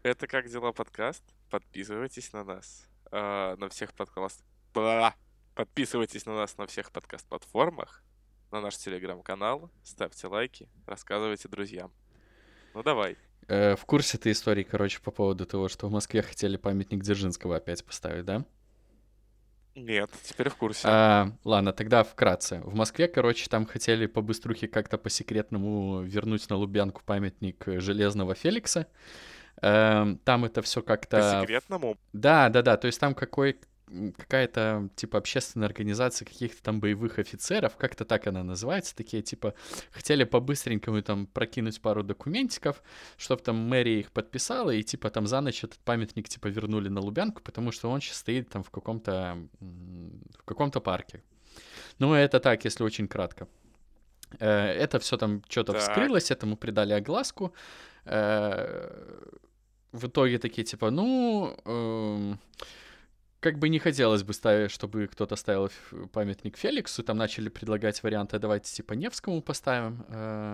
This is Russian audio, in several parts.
Это «Как дела?» подкаст. Подписывайтесь на нас на всех Подписывайтесь на нас на всех подкаст-платформах, на наш телеграм-канал, ставьте лайки, рассказывайте друзьям. Ну давай. В курсе ты истории, короче, по поводу того, что в Москве хотели памятник Дзержинского опять поставить, да? Нет, теперь в курсе. Ладно, тогда вкратце. В Москве, короче, там хотели по быструхе как-то по-секретному вернуть на Лубянку памятник Железного Феликса. Там это все По как-то... секретному. Да, да, да, то есть там какая-то, типа, общественная организация каких-то там боевых офицеров, как-то так она называется, такие, типа, хотели по-быстренькому там прокинуть пару документиков, чтобы там мэрия их подписала, и, типа, там за ночь этот памятник, типа, вернули на Лубянку, потому что он сейчас стоит там в каком-то парке. Ну, это так, если очень кратко. Это все там что-то Так. вскрылось, этому придали огласку. Э, В итоге такие, типа, ну, как бы не хотелось бы ставить, чтобы кто-то ставил памятник Феликсу. Там начали предлагать варианты, давайте типа Невскому поставим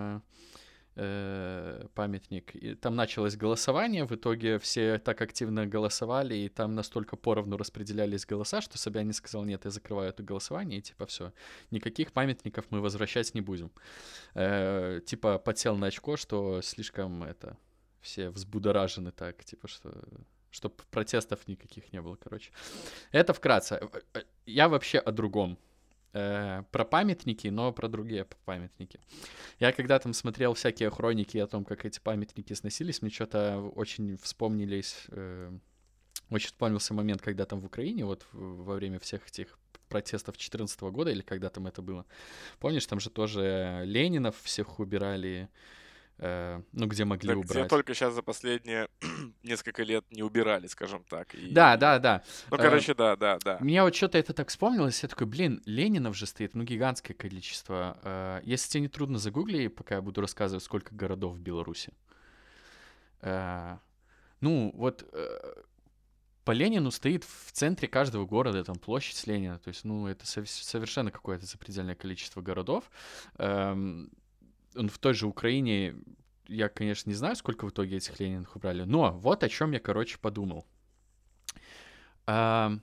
памятник. И там началось голосование, в итоге все так активно голосовали, и там настолько поровну распределялись голоса, что Собянин сказал, нет, я закрываю это голосование, и типа все, никаких памятников мы возвращать не будем. Типа подсел на очко, что слишком это, все взбудоражены так, типа что чтобы протестов никаких не было, короче. Это вкратце. Я вообще о другом. Про памятники, но про другие памятники. Я когда там смотрел всякие хроники о том, как эти памятники сносились, мне что-то очень вспомнились... Очень вспомнился момент, когда там в Украине, вот во время всех этих протестов 2014 года, или когда там это было. Помнишь, там же тоже Ленинов всех убирали, ну, где могли Да где убрать. только сейчас за последние несколько лет не убирали, скажем так. Да, да, да. Ну, короче, да, да, да. Мне вот что-то это так вспомнилось, я такой, блин, Ленинов же стоит, ну, гигантское количество. Если тебе не трудно, загугли, пока я буду рассказывать, сколько городов в Беларуси. Э, Ну, вот по Ленину стоит в центре каждого города, там, площадь Ленина. То есть, ну, это совершенно какое-то запредельное количество городов. В той же Украине, я, конечно, не знаю, сколько в итоге этих Лениных убрали, но вот о чем я, короче, подумал. Эм,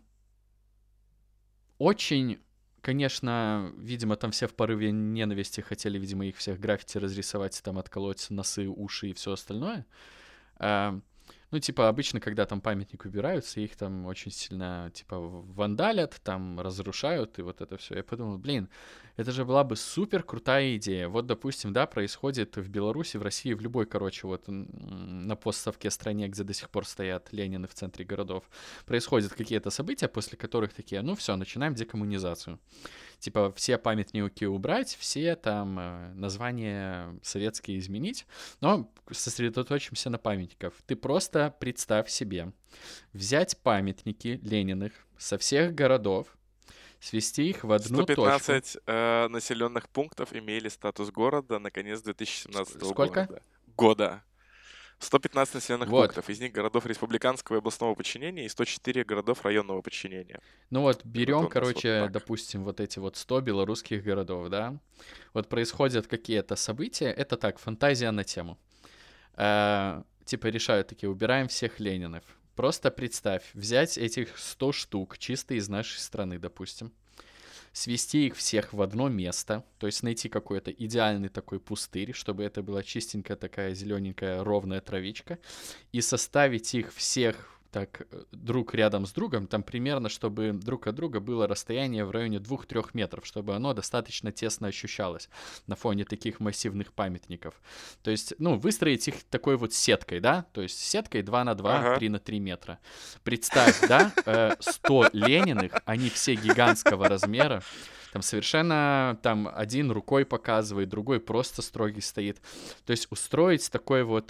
Очень, конечно, видимо, там все в порыве ненависти хотели, видимо, их всех граффити разрисовать, там отколоть носы, уши и все остальное. А, Ну, типа, обычно, когда там памятник убираются, их там очень сильно, типа, вандалят, там разрушают, и вот это все. Я подумал, блин, это же была бы супер крутая идея. Вот, допустим, да, происходит в Беларуси, в России, в любой, короче, вот на постсовке стране, где до сих пор стоят Ленины в центре городов, происходят какие-то события, после которых такие, ну все, начинаем декоммунизацию. Типа все памятники убрать, все там названия советские изменить, но сосредоточимся на памятниках. Ты просто представь себе, взять памятники Лениных со всех городов, свести их в одну точку. 115 населенных пунктов имели статус города на конец 2017 Сколько? года. 115 населенных Вот. пунктов, из них городов республиканского и областного подчинения и 104 городов районного подчинения. Ну вот, Вот берем, у нас вот короче, так. допустим, вот эти вот 100 белорусских городов, да? Вот происходят какие-то события, это так, фантазия на тему. Типа решают такие, убираем всех Ленинов. Просто представь, взять этих 100 штук, чисто из нашей страны, допустим, свести их всех в одно место, то есть найти какой-то идеальный такой пустырь, чтобы это была чистенькая такая зелененькая ровная травичка, и составить их всех так друг рядом с другом, там примерно, чтобы друг от друга было расстояние в районе 2-3 метров, чтобы оно достаточно тесно ощущалось на фоне таких массивных памятников. То есть, ну, выстроить их такой вот сеткой, да, то есть сеткой 2 на 2, Ага. 3 на 3 метра. Представь, да, 100 Лениных, они все гигантского размера, там совершенно там один рукой показывает, другой просто строгий стоит. То есть устроить такой вот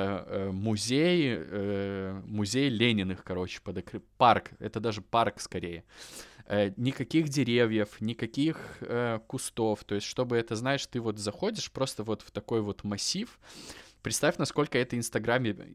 музей Лениных, короче, парк, это даже парк скорее. Никаких деревьев, никаких кустов. То есть, чтобы это, знаешь, ты вот заходишь просто вот в такой вот массив. Представь, насколько это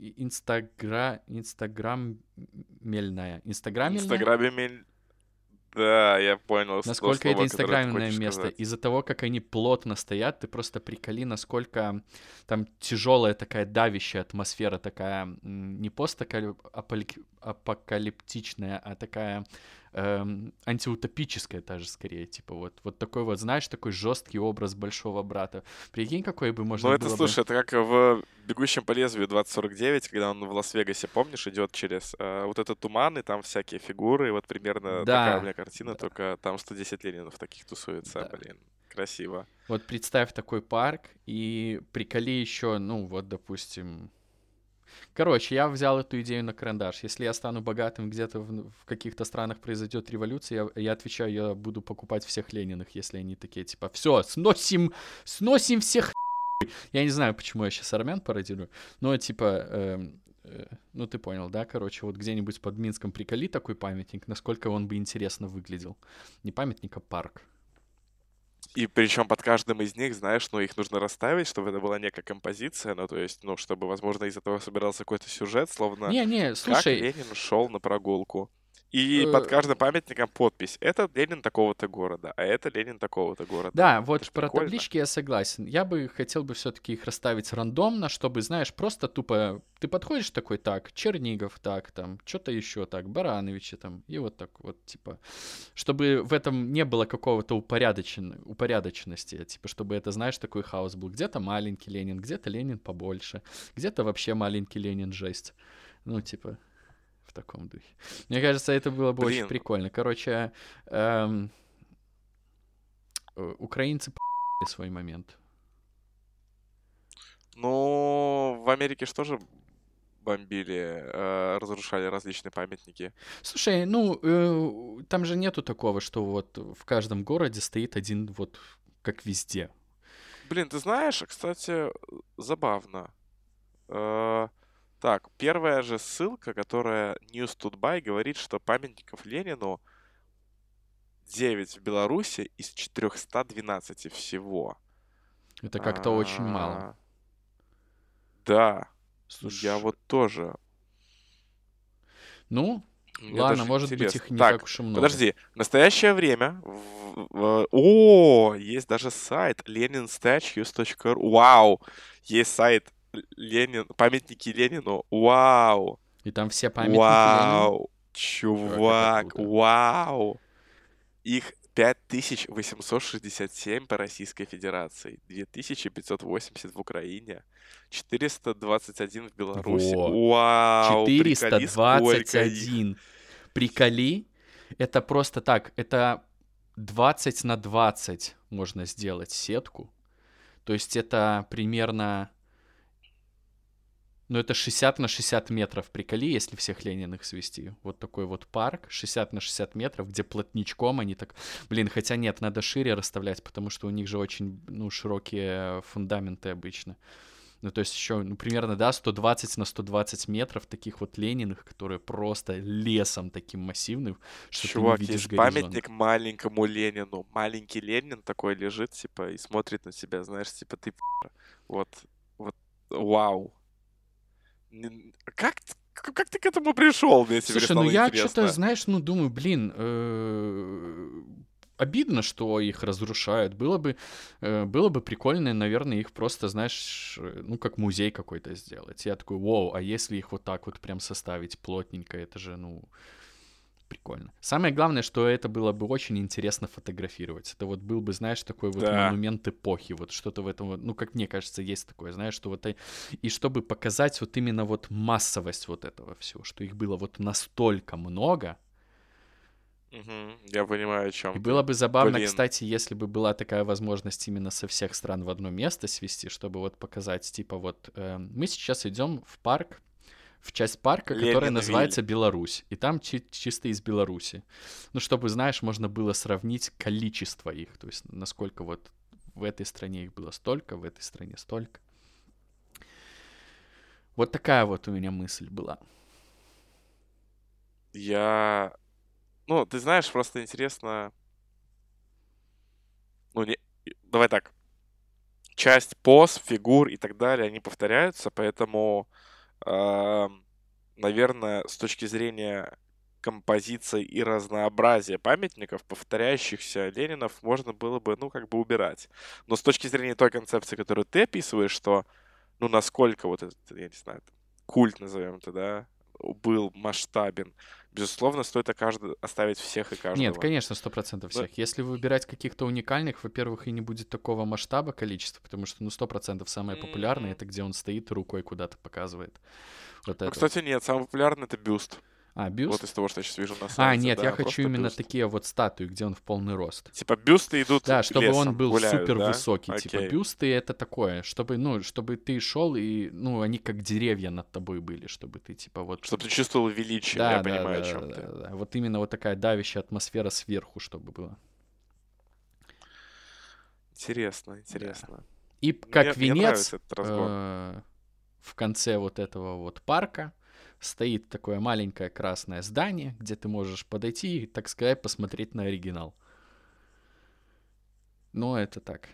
инстаграммельная. Инстаграммельная? Инстаграме. Да, я понял то Насколько это слово, которое ты инстаграмное хочешь место. сказать. Из-за того, как они плотно стоят, ты просто приколи, насколько там тяжелая такая давящая атмосфера, такая не постапокалиптичная, а такая антиутопическая даже скорее. Типа вот такой вот, знаешь, такой жесткий образ большого брата. Прикинь, какой бы Ну, можно это, было бы... слушай, это как в «Бегущем по лезвию» 2049, когда он в Лас-Вегасе, помнишь, идет через вот этот туман, и там всякие фигуры, и вот примерно такая у Да, меня картина, да, только там 110 Ленинов таких тусуется, да. блин, красиво. Вот представь такой парк и приколи еще, ну вот, допустим, короче, я взял эту идею на карандаш. Если я стану богатым, где-то в каких-то странах произойдет революция, я отвечаю, я буду покупать всех Лениных, если они такие, типа, все, сносим всех. Я не знаю, почему я сейчас армян пародирую, но, типа, ну, ты понял, да, короче, вот где-нибудь под Минском приколи такой памятник, насколько он бы интересно выглядел. Не памятник, а парк. И причем под каждым из них, знаешь, ну, их нужно расставить, чтобы это была некая композиция, ну, то есть, ну, чтобы, возможно, из этого собирался какой-то сюжет, словно Не, как слушай, Ленин шел на прогулку. И под каждым памятником подпись. Это Ленин такого-то города, а это Ленин такого-то города. да, Это вот ж про прикольно. таблички я согласен. Я бы хотел бы все-таки их расставить рандомно, чтобы, знаешь, просто тупо ты подходишь такой, так, Чернигов, так, там, что-то еще, так, Барановича, там, и вот так вот, типа, чтобы в этом не было какого-то упорядоченности, типа, чтобы это, знаешь, такой хаос был. Где-то маленький Ленин, где-то Ленин побольше, где-то вообще маленький Ленин жесть. Ну, типа, в таком духе. Мне кажется, это было бы очень Блин, прикольно. Короче, украинцы свой момент. ну, в Америке что же бомбили, разрушали различные памятники? Слушай, ну, там же нету такого, что вот в каждом городе стоит один вот как везде. Блин, ты знаешь, кстати, забавно. Э, Так, первая же ссылка, которая News Today говорит, что памятников Ленину 9 в Беларуси из 412 всего. Это как-то очень мало. А, Да, я Слушай, вот тоже. ну, Мне ладно, даже может быть, их интересно. не так Так, уж и много. подожди. В настоящее время... О, есть даже сайт leninstatues.ru. Вау! Есть сайт Ленин... Памятники Ленину. Вау! И там все памятники Ленину. Вау! Чувак, это Чувак! круто. Вау! Их 5867 по Российской Федерации, 2580 в Украине, 421 в Беларуси. Во, Вау! Приколи, сколько их! 421. Приколи, это просто так, это 20 на 20 можно сделать сетку. То есть это примерно, ну это 60 на 60 метров, приколи, если всех Лениных свести. Вот такой вот парк, 60 на 60 метров, где плотничком они так... Блин, хотя нет, надо шире расставлять, потому что у них же очень, ну, широкие фундаменты обычно. Ну, то есть еще, ну, примерно, да, 120 на 120 метров таких вот Лениных, которые просто лесом таким массивным, что ты не Чувак, видишь есть горизонт. памятник маленькому Ленину. Маленький Ленин такой лежит, типа, и смотрит на тебя, знаешь, типа, ты вот, вот, вау. Как ты к этому пришел? Мне теперь Слушай, ну стало я что-то, интересно. знаешь, ну думаю, блин, обидно, что их разрушают. Было бы прикольно, наверное, их просто, знаешь, ну как музей какой-то сделать. Я такой, вау, а если их вот так вот прям составить плотненько, это же, ну, прикольно. Самое главное, что это было бы очень интересно фотографировать. Это вот был бы, знаешь, такой вот Да. монумент эпохи, вот что-то в этом, ну, как мне кажется, есть такое, знаешь, что вот и чтобы показать вот именно вот массовость вот этого всего, что их было вот настолько много. Мгм. Я понимаю, о И чем было ты. бы забавно, Блин, кстати, если бы была такая возможность именно со всех стран в одно место свести, чтобы вот показать, типа вот мы сейчас идем в парк, в часть парка, которая Ленинвиль. называется Беларусь. И там чисто из Беларуси. Ну, чтобы, знаешь, можно было сравнить количество их. То есть, насколько вот в этой стране их было столько, в этой стране столько. Вот такая вот у меня мысль была. Я... Ну, ты знаешь, просто интересно... Ну, не... Давай так. Часть поз, фигур и так далее, они повторяются, поэтому, наверное, с точки зрения композиция и разнообразие памятников, повторяющихся Ленинов, можно было бы, ну, как бы убирать. Но с точки зрения той концепции, которую ты описываешь, что, ну, насколько вот этот, я не знаю, культ, назовем это, да, был масштабен, безусловно, стоит оставить всех и Нет, каждого. конечно, 100% Ну, всех. Если выбирать каких-то уникальных, во-первых, и не будет такого масштаба количества, потому что, ну, 100% самое популярное — это где он стоит и рукой куда-то показывает. Вот Ну, это вот. кстати, нет, самый популярный это бюст. А, Вот бюст? из того, что я сейчас вижу на А, сайте, нет, я да, хочу просто именно бюст. такие вот статуи, где он в полный рост. Типа бюсты идут Да, чтобы он лесом, был гуляют, супер да? высокий. Типа Окей. бюсты — это такое, чтобы, ну, чтобы ты шел и, ну, они как деревья над тобой были, чтобы ты, типа, вот... Чтобы ты чувствовал величие, я Да, да, понимаю, о да, чем да, ты. да. Вот именно вот такая давящая атмосфера сверху, чтобы было. Интересно, Да. интересно. И Мне как венец нравится этот разгон. в конце вот этого вот парка стоит такое маленькое красное здание, где ты можешь подойти и, так сказать, посмотреть на оригинал. Но это так.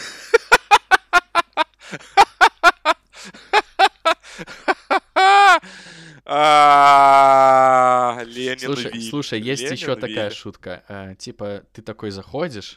Ленин Виль. Слушай, есть еще Ленин такая Виль. шутка. Типа, ты такой заходишь,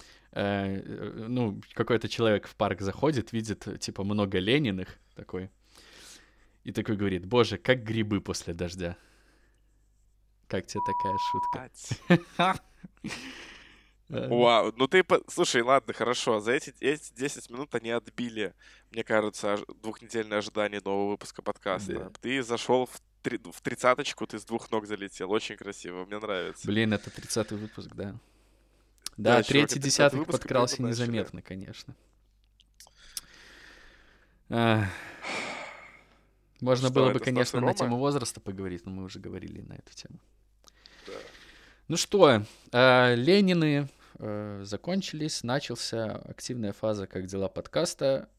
ну, какой-то человек в парк заходит, видит, типа, много Лениных такой, и такой говорит: боже, как грибы после дождя. Как тебе такая шутка? Ать. Вау, ну ты, слушай, ладно, хорошо, за эти 10 минут они отбили, мне кажется, двухнедельное ожидание нового выпуска подкаста. Да. Ты зашел в 30-очку, ты с двух ног залетел, очень красиво, мне нравится. Блин, это 30-й выпуск, да. Да, Да, чувак, третий 30-й десяток выпуск, и подкрался только начали. незаметно, конечно. Ах. Можно Что, было бы, это Стас и конечно, на Рома? тему возраста поговорить, но мы уже говорили на эту тему. Да. Ну что, Ленины закончились, начался активная фаза «Как дела?» подкаста.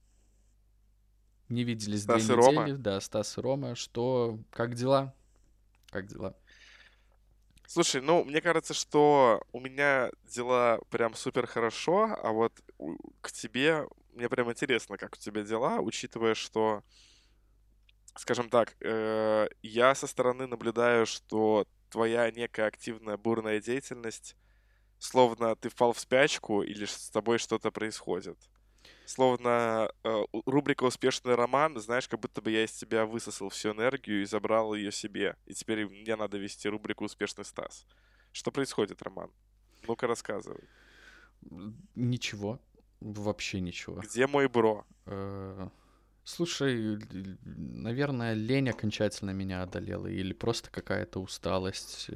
Не виделись 2 Стас и Рома? недели. Да, Стас и Рома. Что, как дела? Как дела? Слушай, ну, мне кажется, что у меня дела прям супер хорошо, а вот к тебе, мне прям интересно, как у тебя дела, учитывая, что, скажем так, я со стороны наблюдаю, что твоя некая активная бурная деятельность, словно ты впал в спячку или с тобой что-то происходит. Словно рубрика «Успешный роман», знаешь, как будто бы я из тебя высосал всю энергию и забрал ее себе. И теперь мне надо вести рубрику «Успешный Стас». Что происходит, Роман? Ну-ка, рассказывай. Ничего. Вообще ничего. Где мой бро? Слушай, наверное, лень окончательно меня одолела. Или просто какая-то усталость.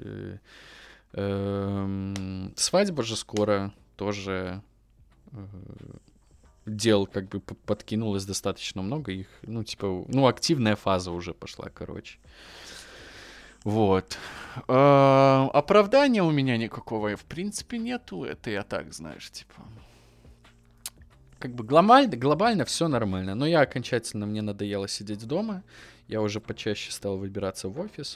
Свадьба же скоро. Тоже дел как бы подкинулось достаточно много. Их, ну, типа, ну, активная фаза уже пошла, короче. Вот. Оправдания у меня никакого, в принципе, нету. Это я так, знаешь, типа... Как бы глобально все нормально. Но я окончательно, мне надоело сидеть дома. Я уже почаще стал выбираться в офис.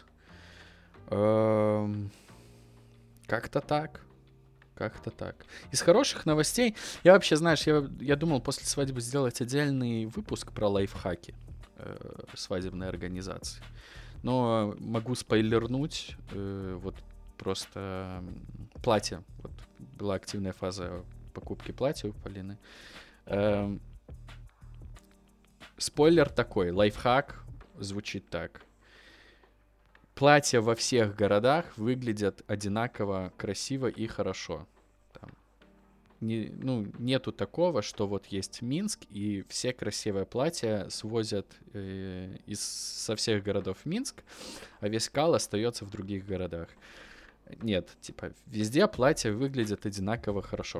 Как-то так. Как-то так. Из хороших новостей... Я вообще, знаешь, я думал после свадьбы сделать отдельный выпуск про лайфхаки свадебной организации. Но могу спойлернуть. Вот просто платье. Вот была активная фаза покупки платья у Полины. Спойлер такой. Лайфхак звучит так. Платья во всех городах выглядят одинаково красиво и хорошо. Там, нету такого, что вот есть Минск, и все красивые платья свозят со всех городов в Минск, а весь кал остается в других городах. Нет, типа, везде платья выглядят одинаково хорошо.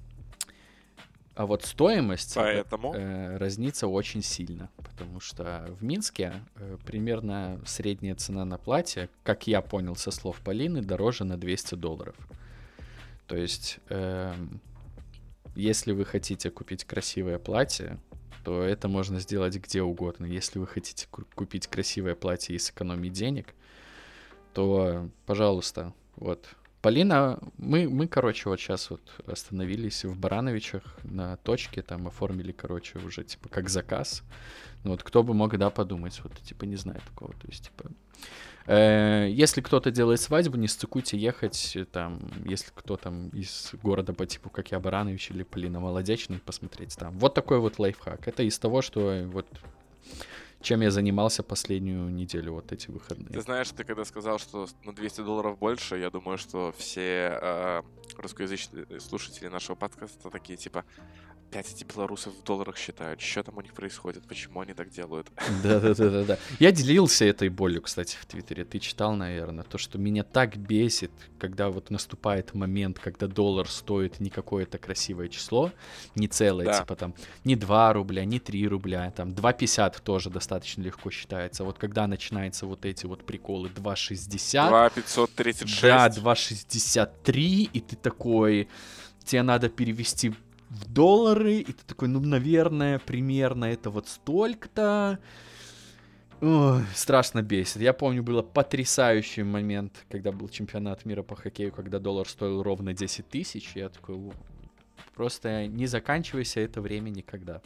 А вот стоимость разнится очень сильно, потому что в Минске примерно средняя цена на платье, как я понял со слов Полины, дороже на $200. То есть, если вы хотите купить красивое платье, то это можно сделать где угодно. Если вы хотите купить красивое платье и сэкономить денег, то, пожалуйста, вот Полина, мы, короче, вот сейчас вот остановились в Барановичах на точке, там оформили, короче, уже, типа, как заказ. Ну вот кто бы мог, да, подумать, вот, типа, не знаю такого, то есть, типа... Если кто-то делает свадьбу, не сцикуйте ехать, там, если кто там из города по типу, как я, Баранович или Полина Молодечный, посмотреть там. Вот такой вот лайфхак. Это из того, что вот чем я занимался последнюю неделю, вот эти Ты выходные. знаешь, ты когда сказал, что на $200 больше, я думаю, что все русскоязычные слушатели нашего подкаста такие, типа, опять эти белорусы в долларах считают, что там у них происходит, почему они так делают. Да. Я делился этой болью, кстати, в Твиттере. Ты читал, наверное, то, что меня так бесит, когда вот наступает момент, когда доллар стоит не какое-то красивое число, не целое, Да, типа там не 2 рубля, не 3 рубля, там 2,50 тоже достаточно легко считается. Вот когда начинаются вот эти вот приколы 2,60, да, 2,536. 2,63, и ты такой, тебе надо перевести в доллары, и ты такой, ну, наверное, примерно это вот столько-то. Ой, страшно бесит. Я помню, был потрясающий момент, когда был чемпионат мира по хоккею, когда доллар стоил ровно 10 тысяч. Я такой, просто не заканчивайся это время никогда.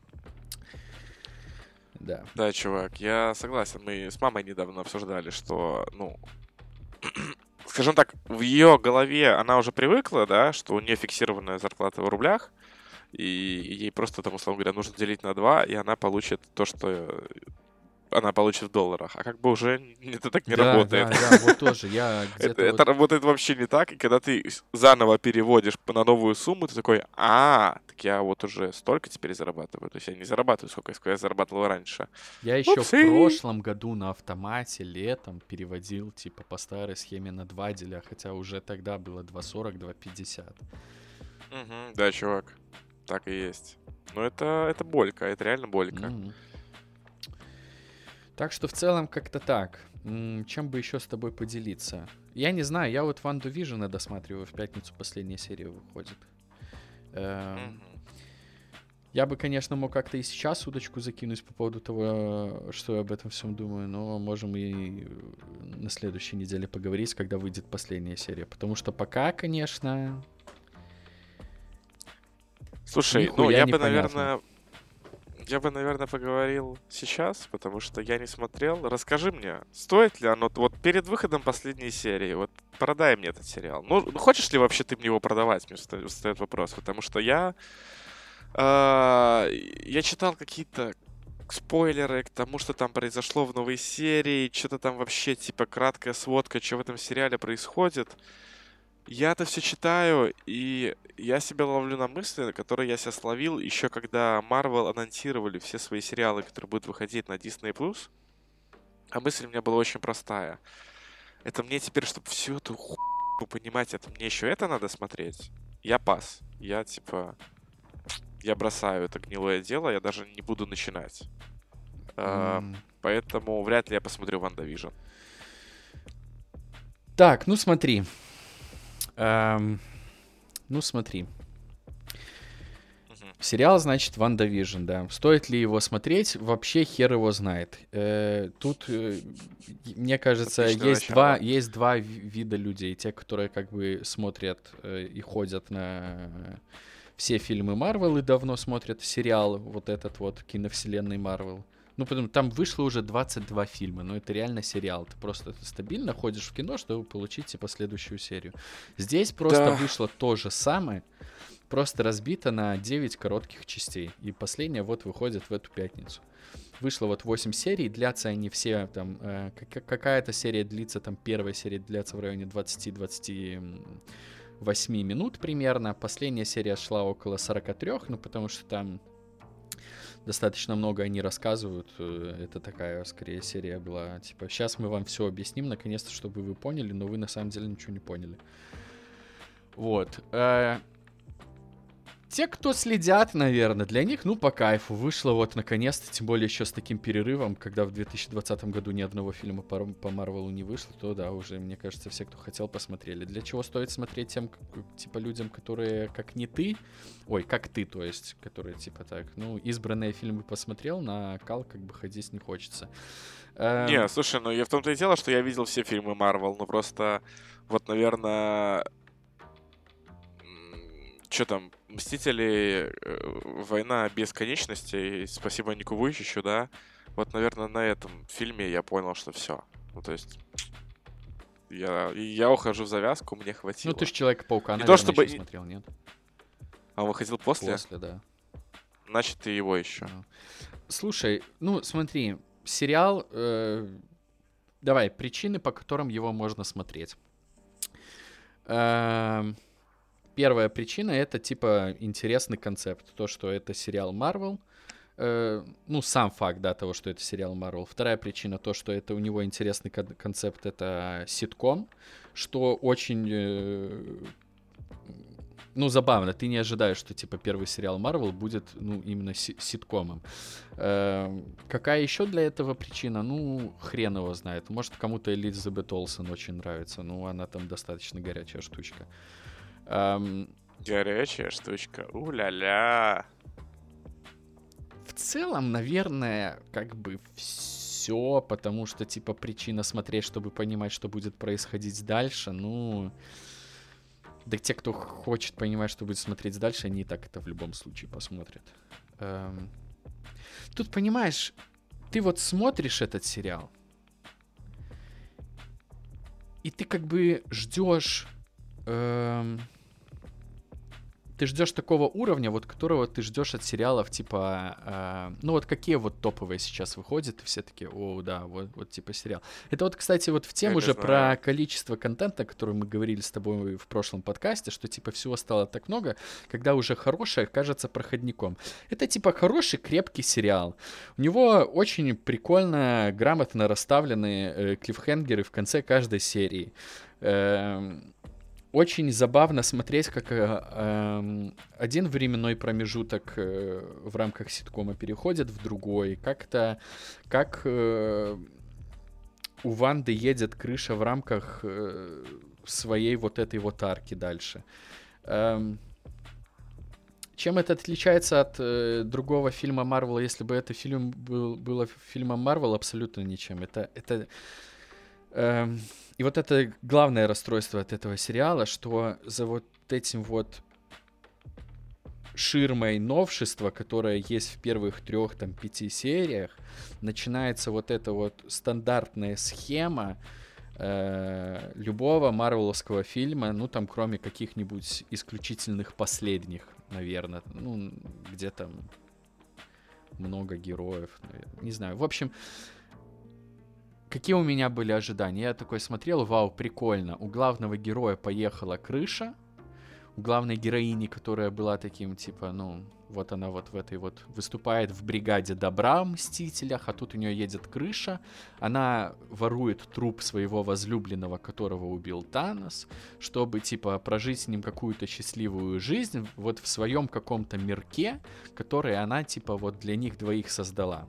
Да. Да, чувак, я согласен. Мы с мамой недавно обсуждали, что, ну, скажем так, в ее голове она уже привыкла, да, что у нее фиксированная зарплата в рублях, и ей просто, там, условно говоря, нужно делить на 2, и она получит то, что она получит в долларах. А как бы уже это так не Да, работает. да, да, вот тоже. Я Это, где-то это вот... работает вообще не так. И когда ты заново переводишь на новую сумму, ты такой, так я вот уже столько теперь зарабатываю. То есть я не зарабатываю сколько я зарабатывал раньше. Я еще в Упсы! прошлом году на автомате летом переводил, типа, по старой схеме на 2 деля, хотя уже тогда было 2,40, 2,50. Мгм, да, чувак, так и есть. Но это болька, это реально болька. Мгм. Так что в целом как-то так. Чем бы еще с тобой поделиться? Я не знаю, я вот Ван Вижена досматриваю, в пятницу последняя серия выходит. Эм, Мгм. Я бы, конечно, мог как-то и сейчас удочку закинуть по поводу того, что я об этом всем думаю, но можем и на следующей неделе поговорить, когда выйдет последняя серия. Потому что пока, конечно, Слушай, ну нихуя непонятно. я бы, наверное, поговорил сейчас, потому что я не смотрел. Расскажи мне, стоит ли оно вот перед выходом последней серии, вот продай мне этот сериал. Ну, хочешь ли вообще ты мне его продавать, мне встает вопрос, потому что я читал какие-то спойлеры к тому, что там произошло в новой серии, что-то там вообще, типа, краткая сводка, что в этом сериале происходит. Я это все читаю, и я себя ловлю на мысли, на которые я себя словил еще когда Marvel анонсировали все свои сериалы, которые будут выходить на Disney+. А мысль у меня была очень простая. Это мне теперь, чтобы всю эту хуйню понимать, это мне еще это надо смотреть? Я пас. Я, типа, я бросаю это гнилое дело, я даже не буду начинать. А, М. Поэтому вряд ли я посмотрю Ванда Вижн. Так, ну смотри. Ну смотри. Сериал, значит, Ванда Вижн, да. Стоит ли его смотреть? Вообще хер его знает. Тут, мне кажется, Отличное начало. есть два вида людей. Те, которые как бы смотрят и ходят на все фильмы Марвел и давно смотрят сериал вот этот вот киновселенной Марвел. Ну, потому там вышло уже 22 фильма, но это реально сериал. Ты просто стабильно ходишь в кино, чтобы получить, типа, следующую серию. Здесь просто Да. вышло то же самое, просто разбито на 9 коротких частей. И последняя вот выходит в эту пятницу. Вышло вот 8 серий, длятся они все там... какая-то серия длится, там первая серия длится в районе 20-28 минут примерно. Последняя серия шла около 43, ну потому что там достаточно много они рассказывают. Это такая, скорее, серия была. Типа, сейчас мы вам все объясним, наконец-то, чтобы вы поняли, но вы на самом деле ничего не поняли. Вот. Те, кто следят, наверное, для них, ну, по кайфу. Вышло вот наконец-то, тем более еще с таким перерывом, когда в 2020 году ни одного фильма по Марвелу не вышло, то да, уже, мне кажется, все, кто хотел, посмотрели. Для чего стоит смотреть тем, типа, людям, которые как не ты, как ты, то есть, которые, типа, так, ну, избранные фильмы посмотрел, на кал как бы ходить не хочется. Не, слушай, ну я в том-то и дело, что я видел все фильмы Марвел, ну просто вот, наверное, что там, Мстители, Война бесконечности, спасибо Нику Вуйчичу, да, вот, наверное, на этом фильме я понял, что все. Ну, то есть, я ухожу в завязку, мне Ну, хватило. ты же Человека-паука, Не то наверное, чтобы... еще смотрел, нет? А он выходил после? После, да. Значит, ты его еще. Ну. Слушай, ну, смотри, сериал... Давай, причины, по которым его можно смотреть. Первая причина — это, типа, интересный концепт. То, что это сериал Marvel. Ну, сам факт, да, того, что это сериал Marvel. Вторая причина — то, что это у него интересный концепт — это ситком, что очень... Ну, забавно. Ты не ожидаешь, что, типа, первый сериал Marvel будет, ну, именно ситкомом. Какая еще для этого причина? Ну, хрен его знает. Может, кому-то Элизабет Олсен очень нравится. Ну, она там достаточно горячая штучка. Горячая штучка. У-ля-ля. В целом, наверное, как бы все, потому что, типа, причина смотреть, чтобы понимать, что будет происходить дальше, ну... Да те, кто хочет понимать, что будет смотреть дальше, они и так это в любом случае посмотрят. Тут, понимаешь, ты вот смотришь этот сериал, и ты как бы ждешь... Ты ждешь такого уровня, вот которого ты ждешь от сериалов, типа, ну вот какие вот топовые сейчас выходят, и все таки, о, да, вот типа сериал. Это вот, кстати, вот в тему же про количество контента, который мы говорили с тобой в прошлом подкасте, что типа всего стало так много, когда уже хорошее кажется проходником. Это типа хороший, крепкий сериал. У него очень прикольно, грамотно расставлены клиффхенгеры в конце каждой серии. Очень забавно смотреть, как один временной промежуток в рамках ситкома переходит в другой. Как у Ванды едет крыша в рамках своей вот этой вот арки дальше. Чем это отличается от другого фильма Марвела, если бы это фильм было фильмом Марвел? Абсолютно ничем. И вот это главное расстройство от этого сериала, что за вот этим вот ширмой новшества, которое есть в первых 3-5 сериях, начинается вот эта вот стандартная схема любого марвеловского фильма, ну там кроме каких-нибудь исключительных последних, наверное, ну где там много героев, наверное. Не знаю. В общем, какие у меня были ожидания? Я такой смотрел, вау, прикольно. У главного героя поехала крыша. У главной героини, которая была таким, типа, ну, вот она вот в этой вот выступает в бригаде добра, Мстителях, а тут у нее едет крыша. Она ворует труп своего возлюбленного, которого убил Танос, чтобы, типа, прожить с ним какую-то счастливую жизнь вот в своем каком-то мирке, который она, типа, вот для них двоих создала.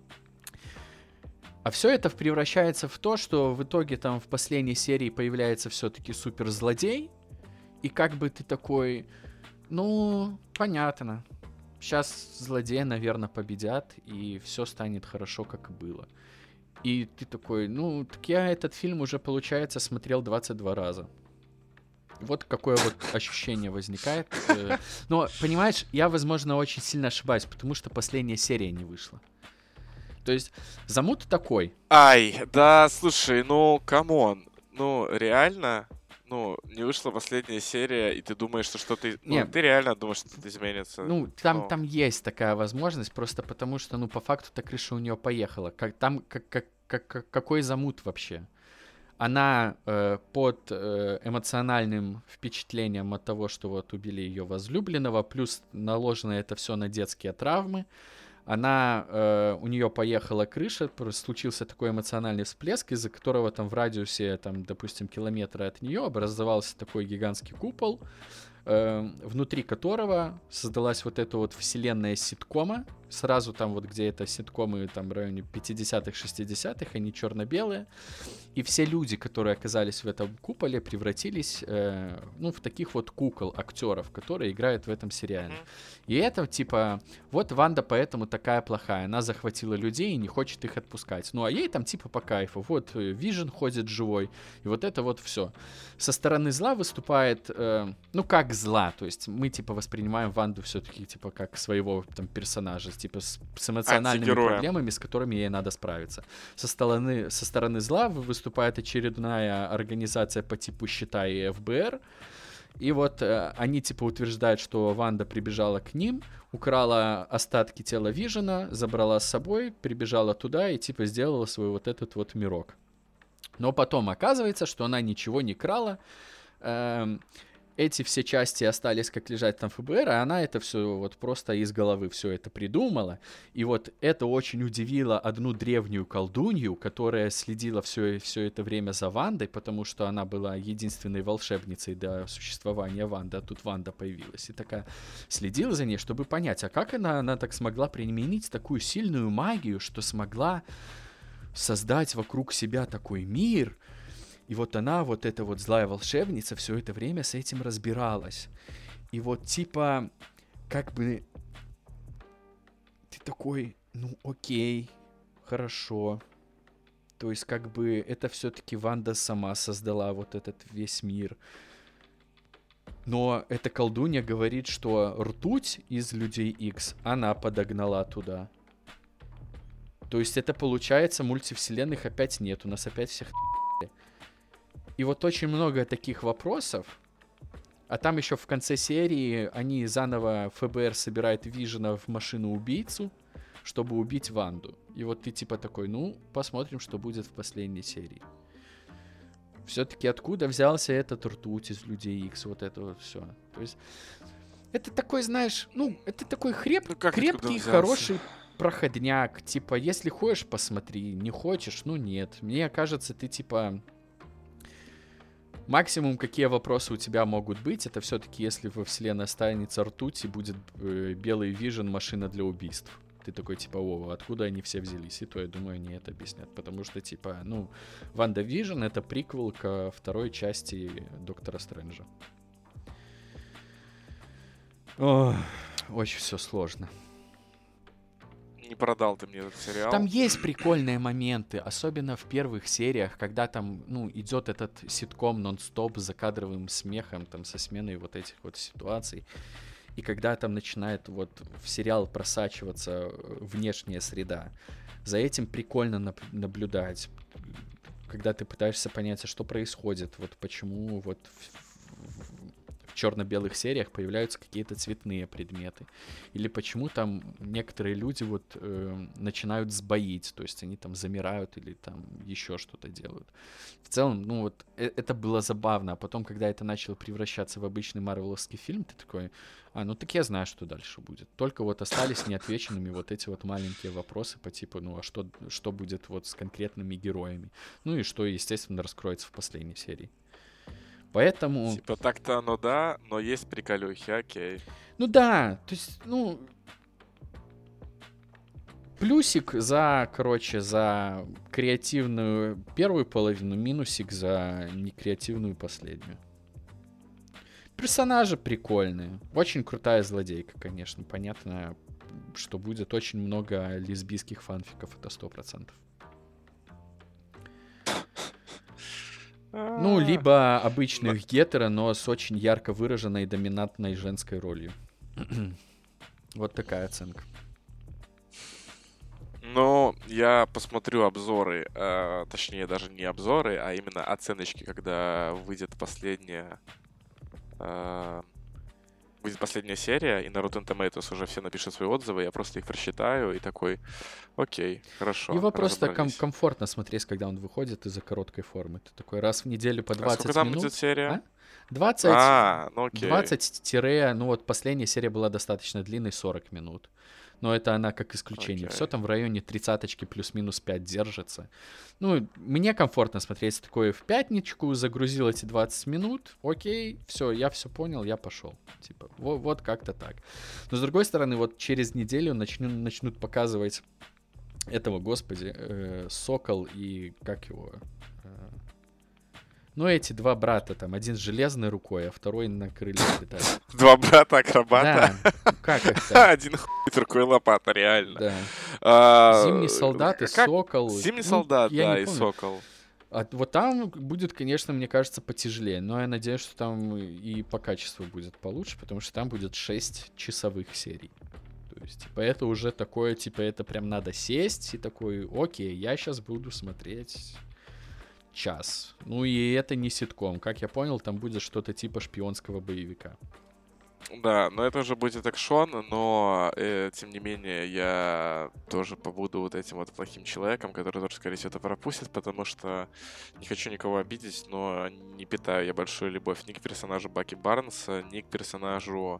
А все это превращается в то, что в итоге там в последней серии появляется все-таки суперзлодей, и как бы ты такой, ну, понятно, сейчас злодея, наверное, победят, и все станет хорошо, как и было. И ты такой, ну, так я этот фильм уже, получается, смотрел 22 раза. Вот какое вот ощущение возникает. Но, понимаешь, я, возможно, очень сильно ошибаюсь, потому что последняя серия не вышла. То есть замут такой. Ай, да, слушай, ну, камон. Ну, реально, ну, не вышла последняя серия, и ты думаешь, что что-то... Ну, ты реально думаешь, что что-то изменится. Ну, там есть такая возможность, просто потому что, ну, по факту-то крыша у нее поехала. Какой замут вообще? Она под эмоциональным впечатлением от того, что вот убили ее возлюбленного, плюс наложено это все на детские травмы. У нее поехала крыша, случился такой эмоциональный всплеск, из-за которого там в радиусе, там, допустим, километра от нее образовался такой гигантский купол, внутри которого создалась вот эта вот вселенная ситкома сразу там вот, где это ситкомы там в районе 50-х, 60-х, они черно-белые, и все люди, которые оказались в этом куполе, превратились, ну, в таких вот кукол, актеров, которые играют в этом сериале. И это, типа, вот Ванда поэтому такая плохая, она захватила людей и не хочет их отпускать. Ну, а ей там, типа, по кайфу. Вот Вижн ходит живой, и вот это вот все. Со стороны зла выступает, ну, как зла, то есть мы, типа, воспринимаем Ванду все-таки, типа, как своего там персонажа, типа, с эмоциональными Антигероя. проблемами, с которыми ей надо справиться. Со стороны зла выступает очередная организация по типу «Считай» и ФБР, и вот они, типа, утверждают, что Ванда прибежала к ним, украла остатки тела Вижена, забрала с собой, прибежала туда и, типа, сделала свой вот этот вот мирок. Но потом оказывается, что она ничего не крала. Эти все части остались как лежать там ФБР, а она это все вот просто из головы все это придумала. И вот это очень удивило одну древнюю колдунью, которая следила все это время за Вандой, потому что она была единственной волшебницей до существования Ванды, а тут Ванда появилась. И такая следила за ней, чтобы понять, а как она так смогла применить такую сильную магию, что смогла создать вокруг себя такой мир. И вот она, вот эта вот злая волшебница, все это время с этим разбиралась. И вот типа, как бы, ты такой, ну окей, хорошо. То есть как бы это все-таки Ванда сама создала вот этот весь мир. Но эта колдунья говорит, что ртуть из Людей Икс она подогнала туда. То есть это получается, мультивселенных опять нет, у нас опять всех. И вот очень много таких вопросов. А там еще в конце серии они заново, ФБР собирает Вижена в машину-убийцу, чтобы убить Ванду. И вот ты типа такой, ну, посмотрим, что будет в последней серии. Все-таки откуда взялся этот ртуть из Людей Икс, вот это вот все. То есть это такой, знаешь, ну, это такой крепкий, хороший проходняк. Типа, если хочешь, посмотри, не хочешь, ну нет. Мне кажется, ты типа... Максимум, какие вопросы у тебя могут быть, это все-таки, если во вселенной останется ртуть и будет белый Вижен, машина для убийств. Ты такой, типа, о, откуда они все взялись? И то, я думаю, они это объяснят. Потому что, типа, ну, Ванда Вижн — это приквел ко второй части Доктора Стрэнджа. Ох, очень все сложно. Не продал ты мне этот сериал. Там есть прикольные моменты, особенно в первых сериях, когда там, ну, идет этот ситком нон-стоп с закадровым смехом, там, со сменой вот этих вот ситуаций. И когда там начинает вот в сериал просачиваться внешняя среда, за этим прикольно наблюдать. Когда ты пытаешься понять, а что происходит, вот почему вот в черно-белых сериях появляются какие-то цветные предметы. Или почему там некоторые люди вот начинают сбоить, то есть они там замирают или там еще что-то делают. В целом, ну вот, это было забавно. А потом, когда это начало превращаться в обычный марвеловский фильм, ты такой, ну так я знаю, что дальше будет. Только вот остались неотвеченными вот эти вот маленькие вопросы по типу, ну а что будет вот с конкретными героями? Ну и что, естественно, раскроется в последней серии. Поэтому... Типа так-то оно да, но есть приколюхи, окей. Ну да, то есть, ну... Плюсик за, короче, за креативную первую половину, минусик за некреативную последнюю. Персонажи прикольные. Очень крутая злодейка, конечно. Понятно, что будет очень много лесбийских фанфиков, это 100%. Ну, либо обычных гетеро, но с очень ярко выраженной доминантной женской ролью. Вот такая оценка. Ну, я посмотрю обзоры, точнее, даже не обзоры, а именно оценочки, когда выйдет последняя серия, и на Rotten Tomatoes уже все напишут свои отзывы, я просто их прочитаю и такой, окей, хорошо. Его просто комфортно смотреть, когда он выходит из-за короткой формы. Ты такой раз в неделю по 20 минут. Сколько там будет серия? А? 20, ну окей. 20 ну вот последняя серия была достаточно длинной, 40 минут. но это она как исключение. Все там в районе 30-очки плюс-минус 5 держится. Ну, мне комфортно смотреть такое в пятничку, загрузил эти 20 минут, окей, все, я все понял, я пошел. Типа, вот как-то так. Но с другой стороны, вот через неделю начнут показывать этого, господи, Сокол и как его... Ну, эти два брата, там, один с железной рукой, а второй на крыльях летает. Два брата-акробата? Да, как это? Один хуй с рукой лопата, реально. Да. Зимний солдат и Сокол. Зимний солдат, да, и Сокол. Вот там будет, конечно, мне кажется, потяжелее, но я надеюсь, что там и по качеству будет получше, потому что там будет 6 часовых серий. То есть, типа, это уже такое, типа, это прям надо сесть и такой, окей, я сейчас буду смотреть час. Ну и это не ситком. Как я понял, там будет что-то типа шпионского боевика. Да, но это уже будет экшон, но, тем не менее, я тоже побуду вот этим вот плохим человеком, который тоже, скорее всего, это пропустит, потому что не хочу никого обидеть, но не питаю я большую любовь ни к персонажу Баки Барнса, ни к персонажу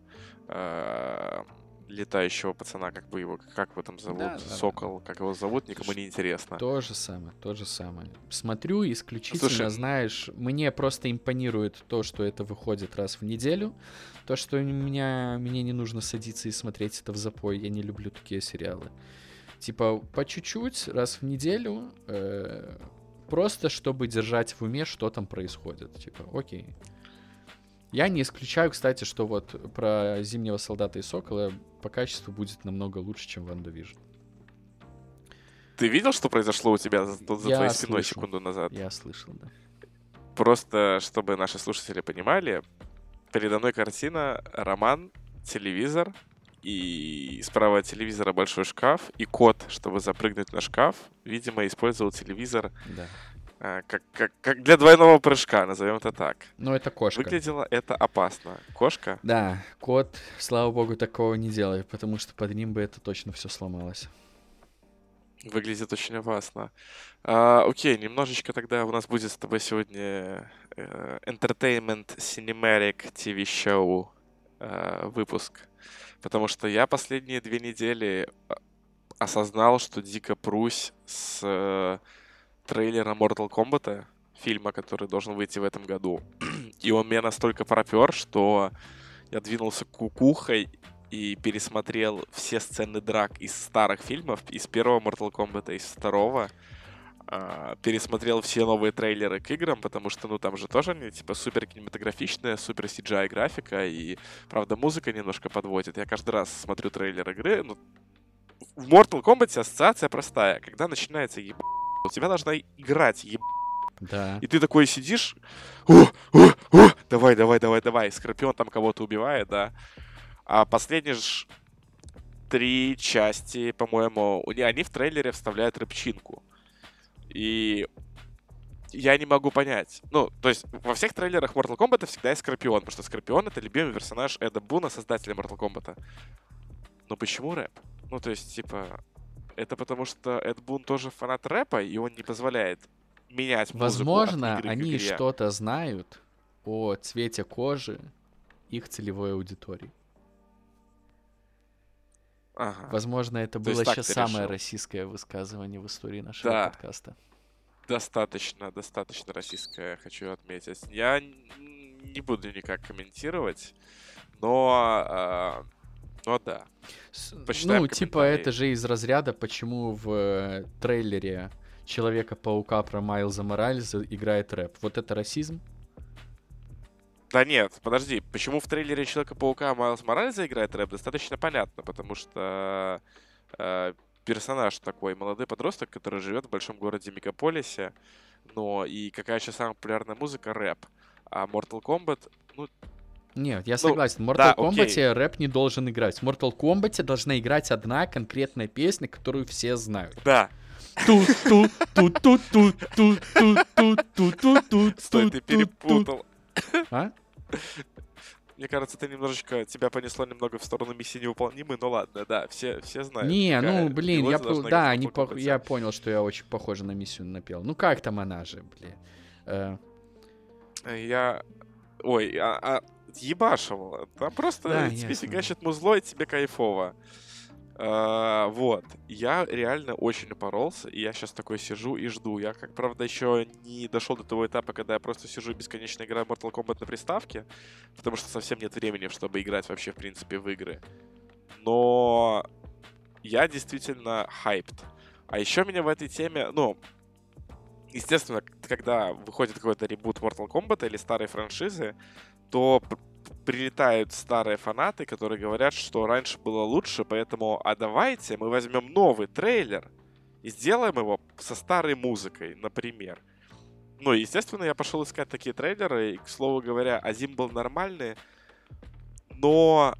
летающего пацана, как его там зовут, Да. Сокол, как его зовут, никому не интересно. То же самое. Смотрю исключительно, слушай, знаешь, мне просто импонирует то, что это выходит раз в неделю, то, что мне не нужно садиться и смотреть это в запой, я не люблю такие сериалы. Типа, по чуть-чуть, раз в неделю, просто чтобы держать в уме, что там происходит. Типа, окей. Я не исключаю, кстати, что вот про Зимнего солдата и Сокола по качеству будет намного лучше, чем WandaVision. Ты видел, что произошло у тебя за твоей спиной секунду назад? Я слышал, да. Просто, чтобы наши слушатели понимали, передо мной картина, роман, телевизор, и справа от телевизора большой шкаф, и кот, чтобы запрыгнуть на шкаф, видимо, использовал телевизор... Да. Как для двойного прыжка, назовем это так. Ну, это кошка. Выглядело это опасно. Кошка? Да, кот, слава богу, такого не делает, потому что под ним бы это точно все сломалось. Выглядит очень опасно. Окей, немножечко тогда у нас будет с тобой сегодня Entertainment Cinematic TV Show выпуск. Потому что я последние 2 недели осознал, что дико прусь с... трейлера Mortal Kombat, фильма, который должен выйти в этом году. И он меня настолько пропер, что я двинулся кукухой и пересмотрел все сцены драк из старых фильмов, из первого Mortal Kombat, из второго. Пересмотрел все новые трейлеры к играм, потому что, ну, там же тоже они, типа, супер кинематографичная, супер CGI графика, и, правда, музыка немножко подводит. Я каждый раз смотрю трейлер игры, ну, в Mortal Kombat ассоциация простая. Когда начинается у тебя должна играть, Да. И ты такой сидишь, давай, Скорпион там кого-то убивает, да. А последние 3 части, по-моему, они в трейлере вставляют рэпчинку. И я не могу понять. Ну, то есть во всех трейлерах Mortal Kombat всегда есть Скорпион, потому что Скорпион — это любимый персонаж Эда Буна, создателя Mortal Kombat. Но почему рэп? Ну, то есть, типа... Это потому что Эд Бун тоже фанат рэпа, и он не позволяет менять музыку. Возможно, от игры к они игре. что-то знают о цвете кожи их целевой аудитории. Ага. Возможно, это То было есть сейчас ты самое решил. российское высказывание в истории нашего Да. подкаста. Достаточно российское, хочу отметить. Я не буду никак комментировать, но да. Почитаем Ну, типа, комментарии. это же из разряда, почему в трейлере Человека-паука про Майлза Моралеса играет рэп. Вот это расизм? Да нет, подожди, почему в трейлере Человека-паука Майлз Моралеса играет рэп, достаточно понятно, потому что персонаж такой, молодой подросток, который живет в большом городе Мегаполисе, но и какая сейчас самая популярная музыка — рэп. А Mortal Kombat, ну... Нет, я согласен. В Mortal Kombat рэп не должен играть. В Mortal Kombat должна играть одна конкретная песня, которую все знают. Да. Стой, ты перепутал. А? Мне кажется, тебя понесло немного в сторону миссии невыполнимой, но ладно, да, все знают. Не, ну, блин, я понял. понял, что я очень похож на миссию напел. Ну, как там она же, блин? Ебашивала. Там просто Да, тебе ясно. фигачит музло, и тебе кайфово. Вот. Я реально очень упоролся, и я сейчас такой сижу и жду. Я, как правда, еще не дошел до того этапа, когда я просто сижу и бесконечно играю в Mortal Kombat на приставке, потому что совсем нет времени, чтобы играть вообще, в принципе, в игры. Но я действительно хайпд. А еще меня в этой теме, ну, естественно, когда выходит какой-то ребут Mortal Kombat или старой франшизы, то прилетают старые фанаты, которые говорят, что раньше было лучше, поэтому а давайте мы возьмем новый трейлер и сделаем его со старой музыкой, например. Ну, естественно, я пошел искать такие трейлеры, и, к слову говоря, Азим был нормальный, но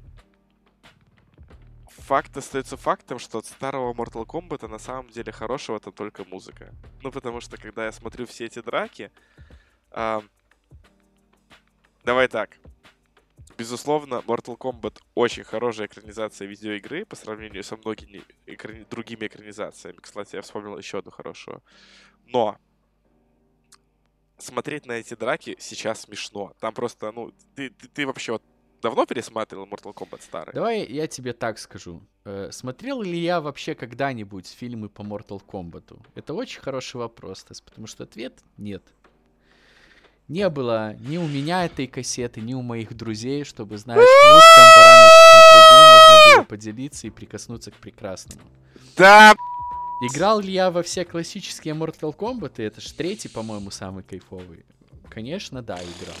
факт остается фактом, что от старого Mortal Kombat на самом деле хорошего это только музыка. Ну, потому что, когда я смотрю все эти драки, а, давай так, безусловно, Mortal Kombat очень хорошая экранизация видеоигры по сравнению со многими другими экранизациями. Кстати, я вспомнил еще одну хорошую. Но смотреть на эти драки сейчас смешно. Там просто, ну, ты вообще вот давно пересматривал Mortal Kombat старый? Давай я тебе так скажу. Смотрел ли я вообще когда-нибудь фильмы по Mortal Kombat? Это очень хороший вопрос, Тесс, потому что ответ — нет. Не было ни у меня этой кассеты, ни у моих друзей, чтобы, знаешь, в узком бараночном кругу можно было поделиться и прикоснуться к прекрасному. Да! Играл ли я во все классические Mortal Kombat? Это ж третий, по-моему, самый кайфовый. Конечно, да, играл.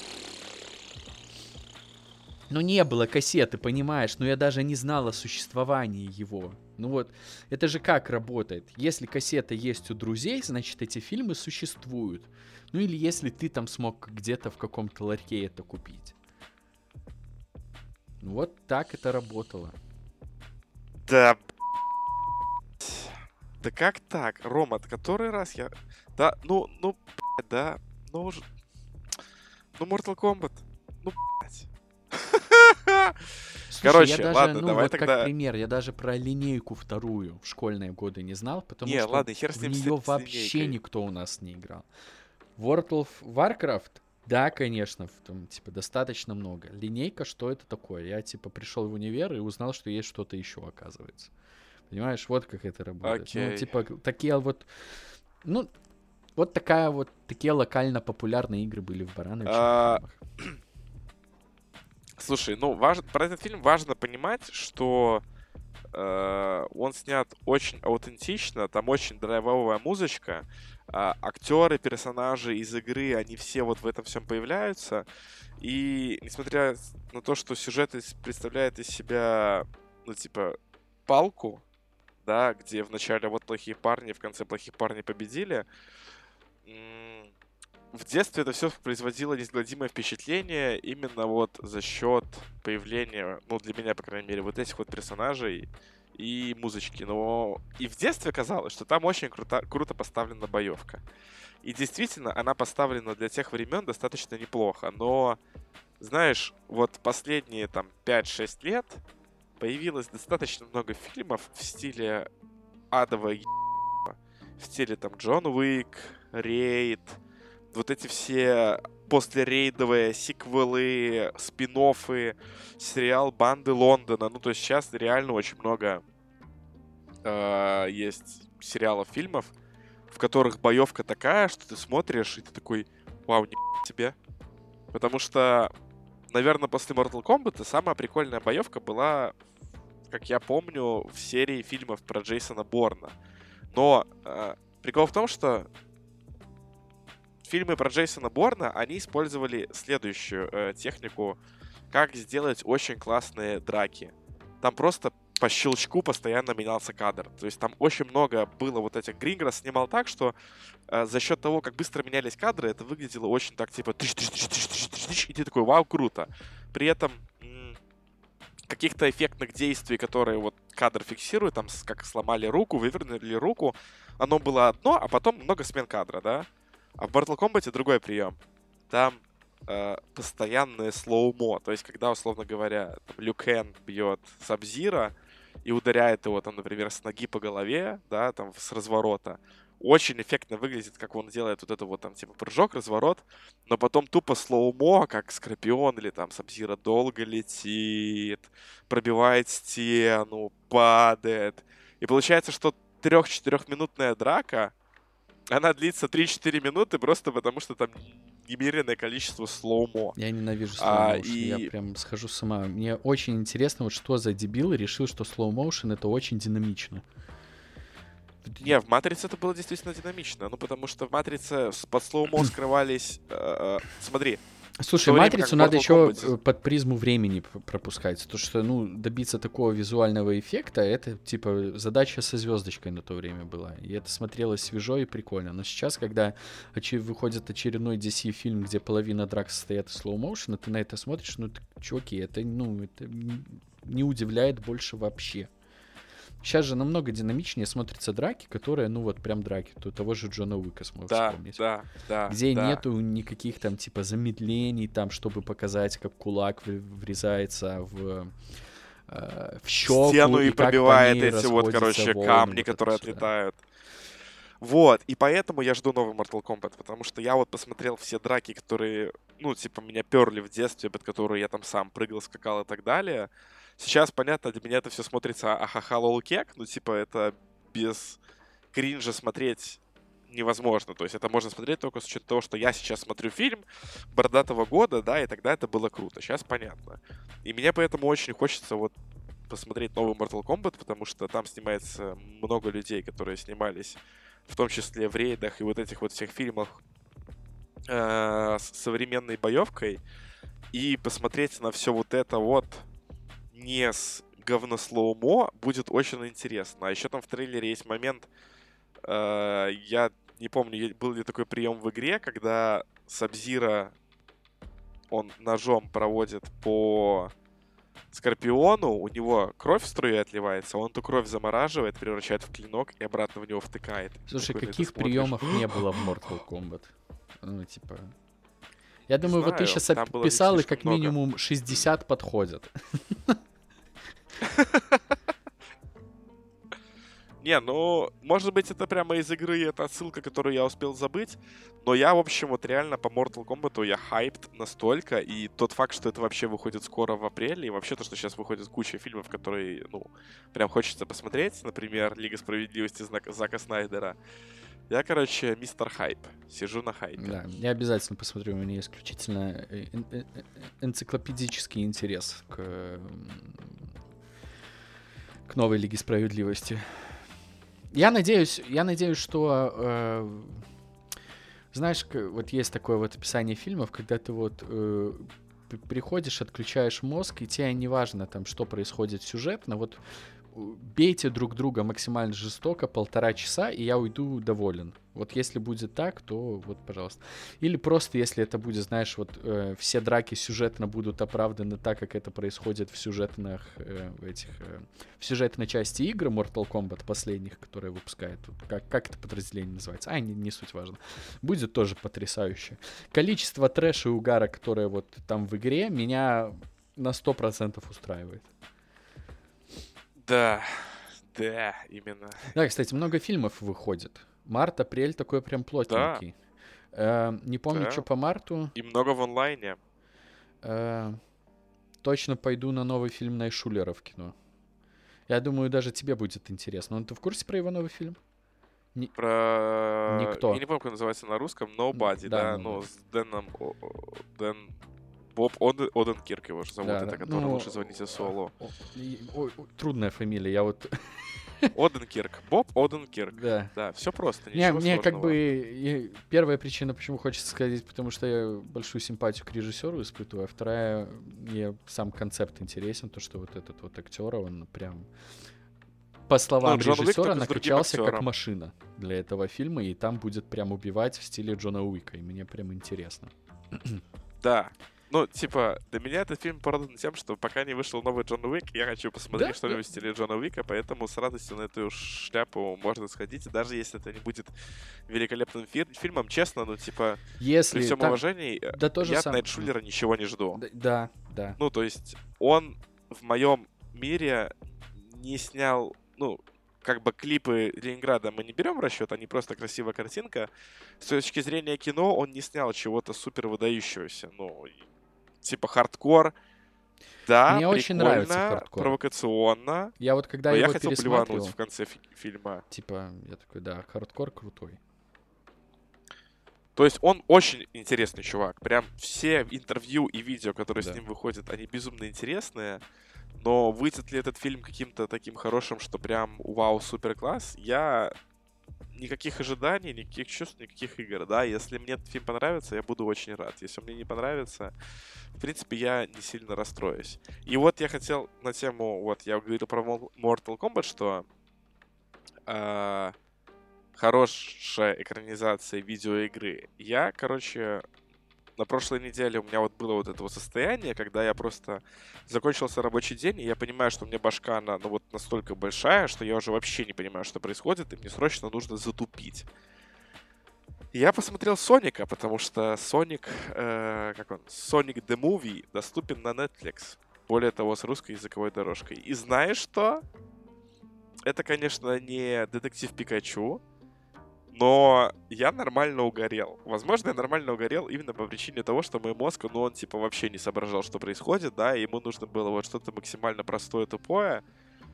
Но не было кассеты, понимаешь? Но я даже не знал о существовании его. Ну вот, это же как работает? Если кассета есть у друзей, значит, эти фильмы существуют. Ну или если ты там смог где-то в каком-то ларьке это купить. Вот так это работало. Да, да как так? Рома, который раз я... Да, да, ну уже... Ну, Mortal Kombat. Ну, блядь. Слушай, я Короче, даже, ладно, ну давай вот как тогда... пример, я даже про линейку вторую в школьные годы не знал, потому Не, что ладно, хер с в ним, нее с вообще линейкой. никто у нас не играл. World of Warcraft, да, конечно, там, типа, достаточно много. Линейка, что это такое? Я, типа, пришел в универ и узнал, что есть что-то еще, оказывается. Понимаешь, вот как это работает. Ну, Окей. типа, такие вот, ну, вот такая вот, такие локально популярные игры были в Барановичах А, фильмах. Слушай, ну, про этот фильм важно понимать, что он снят очень аутентично, там очень драйвовая музычка, актеры, персонажи из игры, они все вот в этом всем появляются, и несмотря на то, что сюжет представляет из себя, ну, типа, палку, да, где вначале вот плохие парни, в конце плохие парни победили, в детстве это все производило неизгладимое впечатление именно вот за счет появления, ну, для меня, по крайней мере, вот этих вот персонажей и музычки. Но и в детстве казалось, что там очень круто поставлена боевка. И действительно, она поставлена для тех времен достаточно неплохо. Но, знаешь, вот последние там 5-6 лет появилось достаточно много фильмов в стиле адового в стиле там Джон Уик, Рейд, вот эти все послерейдовые сиквелы, спин-оффы, сериал «Банды Лондона». Ну, то есть сейчас реально очень много есть сериалов, фильмов, в которых боевка такая, что ты смотришь, и ты такой, вау, не тебе. Потому что, наверное, после Mortal Kombat самая прикольная боевка была, как я помню, в серии фильмов про Джейсона Борна. Но прикол в том, что фильмы про Джейсона Борна, они использовали следующую технику, как сделать очень классные драки. Там просто по щелчку постоянно менялся кадр. То есть там очень много было вот этих... Гринграсс снимал так, что за счет того, как быстро менялись кадры, это выглядело очень так, типа... И ты такой, вау, круто. При этом каких-то эффектных действий, которые вот кадр фиксирует, там как сломали руку, вывернули руку, оно было одно, а потом много смен кадра, да? А в Mortal Kombat другой прием. Там постоянное слоумо. То есть, когда, условно говоря, Лю Кэн бьет Сабзира и ударяет его, там, например, с ноги по голове, да, там, с разворота, очень эффектно выглядит, как он делает вот это вот там типа прыжок, разворот, но потом тупо слоумо, как Скорпион или там Сабзира долго летит, пробивает стену, падает. И получается, что 3-4-минутная драка, она длится 3-4 минуты просто потому, что там немеренное количество слоумо. Я ненавижу слоу-моушен, я И прям схожу с ума. Мне очень интересно, вот что за дебил решил, что слоу-моушен — это очень динамично. не, в «Матрице» это было действительно динамично. Ну, потому что в «Матрице» под слоумо скрывались... смотри, в Слушай, то время как «Матрицу» в надо Mortal еще Kombat... под призму времени пропускать. То, что, ну, добиться такого визуального эффекта, это, типа, задача со звездочкой на то время была. И это смотрелось свежо и прикольно. Но сейчас, когда выходит очередной DC-фильм, где половина драк состоят из слоу-моушена, ты на это смотришь, ну, чуваки, это, ну, это не удивляет больше вообще. Сейчас же намного динамичнее смотрятся драки, которые, ну вот прям драки. Того же Джона Уика сможешь вспомнить. Да. Где нету никаких там типа замедлений, там, чтобы показать, как кулак врезается в щеку. Стену и пробивает по ней эти вот, короче, волны, камни, вот которые это всё, да. отлетают. Вот, и поэтому я жду новый Mortal Kombat, потому что я вот посмотрел все драки, которые, ну, типа, меня перли в детстве, под которые я там сам прыгал, скакал и так далее. Сейчас, понятно, для меня это все смотрится ахаха лол кек, ну, типа, это без кринжа смотреть невозможно. То есть это можно смотреть только с учетом того, что я сейчас смотрю фильм бородатого года, да, и тогда это было круто. Сейчас понятно. И мне поэтому очень хочется вот посмотреть новый Mortal Kombat, потому что там снимается много людей, которые снимались в том числе в рейдах и вот этих вот всех фильмах с современной боевкой, и посмотреть на все вот это вот не с говнослоумо будет очень интересно. А еще там в трейлере есть момент, я не помню, был ли такой прием в игре, когда Сабзира, он ножом проводит по Скорпиону, у него кровь струей отливается, он эту кровь замораживает, превращает в клинок и обратно в него втыкает. Слушай, Такой, каких ты смотришь, приемов не было в Mortal Kombat? Ну, типа... Я думаю, вот ты знаю, сейчас там было описал, и слишком как много. минимум 60 подходят. Не, ну, может быть, это прямо из игры, это отсылка, которую я успел забыть. Но я, в общем, вот реально по Mortal Kombat я хайпт настолько. И тот факт, что это вообще выходит скоро в апреле, и вообще то, что сейчас выходит куча фильмов, которые, ну, прям хочется посмотреть. Например, «Лига справедливости» Зака Снайдера. Я, короче, мистер хайп. Сижу на хайпе. Да, я обязательно посмотрю. У меня исключительно энциклопедический интерес к новой Лиге справедливости. Я надеюсь, что знаешь, вот есть такое вот описание фильмов, когда ты вот приходишь, отключаешь мозг, и тебе не важно там, что происходит сюжетно, вот бейте друг друга максимально жестоко 1,5 часа, и я уйду доволен. Вот если будет так, то вот, пожалуйста. Или просто, если это будет, знаешь, вот все драки сюжетно будут оправданы так, как это происходит в сюжетных в сюжетной части игры Mortal Kombat последних, которые выпускают. Как это подразделение называется? Не суть важно. Будет тоже потрясающе. Количество трэша и угара, которое вот там в игре, меня на 100% устраивает. Да, именно. Да, кстати, много фильмов выходит. Март-апрель такой прям плотненький. Не помню, что по марту. И много в онлайне. Точно пойду на новый фильм Найшулера в кино. Я думаю, даже тебе будет интересно. Ну, ты в курсе про его новый фильм? Про... Никто. Я не помню, как он называется на русском. Nobody, да? Ну, с Дэном... Боб Оденкирк его же зовут, да, это который «Лучше звоните Солу». Трудная фамилия, я вот... Оденкирк. Боб Оденкирк. Да, все просто, ничего мне сложного. как бы... Первая причина, почему хочется сказать, потому что я большую симпатию к режиссеру испытываю, а вторая, мне сам концепт интересен, то, что вот этот вот актер, он прям... По словам режиссера, накачался как машина для этого фильма, и там будет прям убивать в стиле Джона Уика, и мне прям интересно. Да. Ну, типа, для меня этот фильм продан тем, что пока не вышел новый Джон Уик, я хочу посмотреть что-нибудь в стиле Джона Уика, поэтому с радостью на эту шляпу можно сходить, даже если это не будет великолепным фильмом. Честно, ну, типа, при всем уважении, я от Найт Шулера ничего не жду. Да. Ну, то есть, он в моем мире не снял, ну, как бы клипы Ленинграда мы не берем в расчет, они просто красивая картинка. С точки зрения кино он не снял чего-то супер выдающегося. Ну, типа хардкор, да, Мне очень нравится прикольно, хардкор. провокационно, Я вот когда но я его хотел блевануть пересматривал, в конце фильма. типа, я такой, да, хардкор крутой. То есть он очень интересный чувак. Прям все интервью и видео, которые Да. с ним выходят, они безумно интересные. Но выйдет ли этот фильм каким-то таким хорошим, что прям вау, супер класс, я никаких ожиданий, никаких чувств, никаких игр, да. Если мне этот фильм понравится, я буду очень рад. Если он мне не понравится, в принципе, я не сильно расстроюсь. И вот я хотел на тему, вот я говорил про Mortal Kombat, что хорошая экранизация видеоигры. Я, короче, на прошлой неделе у меня вот было вот это вот состояние, когда я просто закончился рабочий день, и я понимаю, что у меня башка, она, ну вот настолько большая, что я уже вообще не понимаю, что происходит, и мне срочно нужно затупить. И я посмотрел Соника, потому что Соник, Sonic the Movie доступен на Netflix. Более того, с русской языковой дорожкой. И знаешь что? Это, конечно, не детектив Пикачу, но я нормально угорел. Возможно, я нормально угорел именно по причине того, что мой мозг, ну, он, типа, вообще не соображал, что происходит, да, и ему нужно было вот что-то максимально простое, тупое.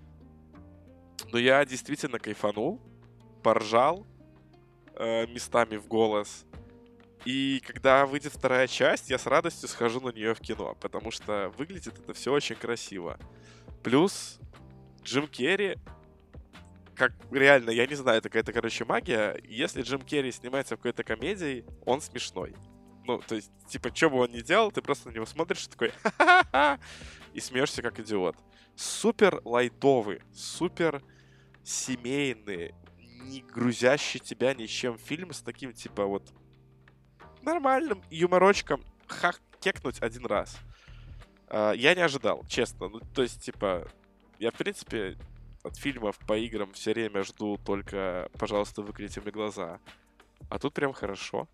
Но я действительно кайфанул, поржал местами в голос. И когда выйдет вторая часть, я с радостью схожу на нее в кино, потому что выглядит это все очень красиво. Плюс Джим Керри, как реально, я не знаю, это какая-то, короче, магия. Если Джим Керри снимается в какой-то комедии, он смешной. Ну, то есть, типа, что бы он ни делал, ты просто на него смотришь и такой ха-ха-ха, и смеешься как идиот. Супер лайтовый, супер семейный, не грузящий тебя ничем фильм с таким, типа, вот нормальным юморочком кекнуть один раз. Я не ожидал, честно. Ну, то есть, типа, я, в принципе, от фильмов по играм все время жду только, пожалуйста, выкройте мне глаза. А тут прям хорошо.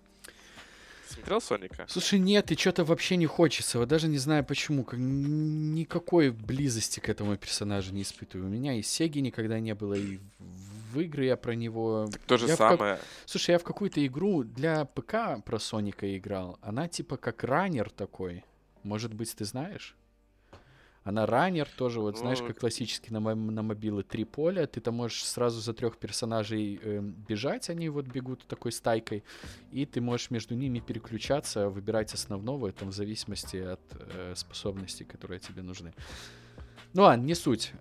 Смотрел Соника? Слушай, нет, и что-то вообще не хочется. Вот даже не знаю почему. Никакой близости к этому персонажу не испытываю. У меня и Сеги никогда не было, и в игры я про него... Так то же Я самое. Слушай, я в какую-то игру для ПК про Соника играл. Она типа как раннер такой. Может быть, ты знаешь? Она раннер тоже, вот знаешь, Ну, как классически на мобилы 3 поля. Ты там можешь сразу за 3 персонажей бежать, они вот бегут такой стайкой. И ты можешь между ними переключаться, выбирать основного, там, в зависимости от способностей, которые тебе нужны. Ну ладно, не суть.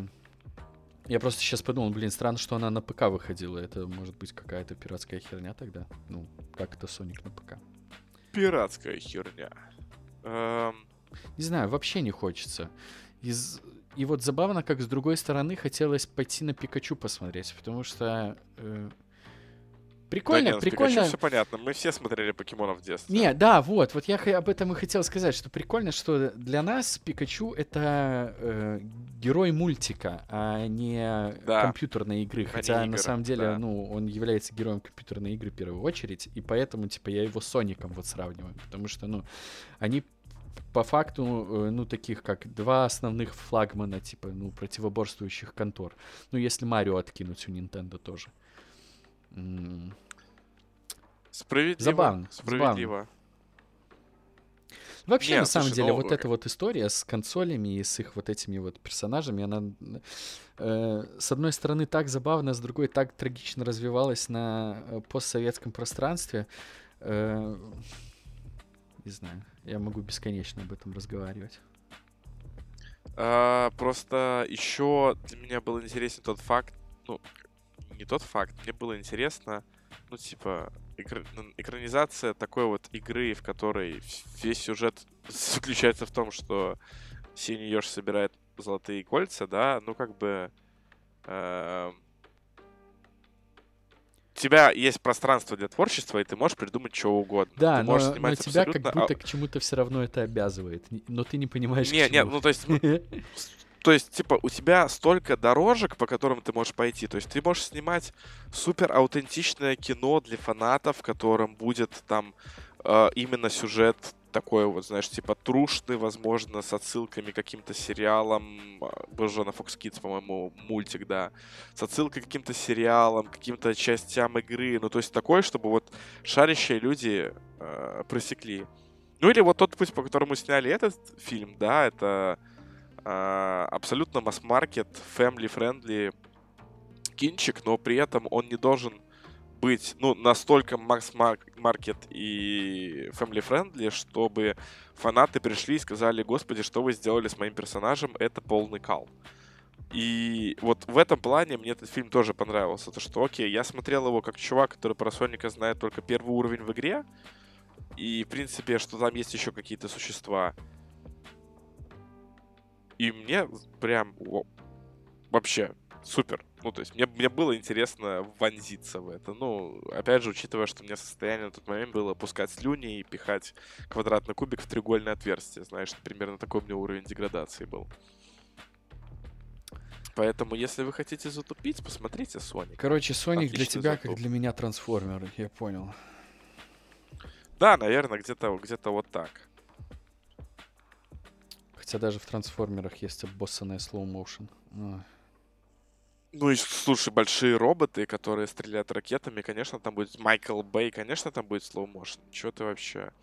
Я просто сейчас подумал, блин, странно, что она на ПК выходила. Это может быть какая-то пиратская херня тогда. Ну, как это Соник на ПК. пиратская херня. Не знаю, вообще не хочется. И вот забавно, как с другой стороны хотелось пойти на Пикачу посмотреть, потому что прикольно, Да нет, с прикольно. Пикачу все понятно. Мы все смотрели покемонов в детстве. Не, да, вот я об этом и хотел сказать, что прикольно, что для нас Пикачу это герой мультика, а не Да. компьютерной игры. Хотя игры, на самом деле, да. ну, он является героем компьютерной игры в первую очередь, и поэтому, типа, я его с Соником вот сравниваю, потому что, ну, они по факту, ну, таких как два основных флагмана, типа, ну, противоборствующих контор. Ну, если Марио откинуть у Nintendo тоже. Справедливо. Забавно. Справедливо. Вообще, Не, на самом слушай, деле, ну, вот эта вот история с консолями и с их вот этими вот персонажами, она, с одной стороны, так забавно, с другой так трагично развивалась на постсоветском пространстве. Не знаю, я могу бесконечно об этом разговаривать. Просто еще для меня был интересен тот факт, ну, не тот факт, мне было интересно, ну, типа, экранизация такой вот игры, в которой весь сюжет заключается в том, что Синий Ёж собирает золотые кольца, да, ну, как бы... у тебя есть пространство для творчества, и ты можешь придумать что угодно. Да, ты можешь но снимать тебя абсолютно... как будто к чему-то все равно это обязывает, но ты не понимаешь, к Не, чему. ну, то есть... То есть, типа, у тебя столько дорожек, по которым ты можешь пойти. То есть ты можешь снимать супер аутентичное кино для фанатов, в котором будет там именно сюжет такой вот, знаешь, типа трушный, возможно, с отсылками к каким-то сериалам. Боже, на Fox Kids, по-моему, мультик, да. С отсылкой к каким-то сериалам, каким-то частям игры. Ну, то есть такой, чтобы вот шарящие люди просекли. Ну, или вот тот путь, по которому сняли этот фильм, да, это абсолютно масс-маркет, family-friendly кинчик, но при этом он не должен быть, ну, настолько масс-маркет и family-friendly, чтобы фанаты пришли и сказали: господи, что вы сделали с моим персонажем, это полный кал. И вот в этом плане мне этот фильм тоже понравился. То, что, окей, я смотрел его как чувак, который про Соника знает только первый уровень в игре, и, в принципе, что там есть еще какие-то существа. И мне прям вообще супер. Ну, то есть мне было интересно вонзиться в это. Ну, опять же, учитывая, что у меня состояние на тот момент было пускать слюни и пихать квадратный кубик в треугольное отверстие. Знаешь, примерно такой у меня уровень деградации был. Поэтому, если вы хотите затупить, посмотрите Соник. Короче, Соник для Отличный тебя, затуп. как для меня, трансформер, я понял. Да, наверное, где-то вот так. Хотя даже в трансформерах есть обоссанная слоу-моушен. Ну и, слушай, большие роботы, которые стреляют ракетами, конечно, там будет Майкл Бэй, конечно, там будет slow motion. Чё ты вообще?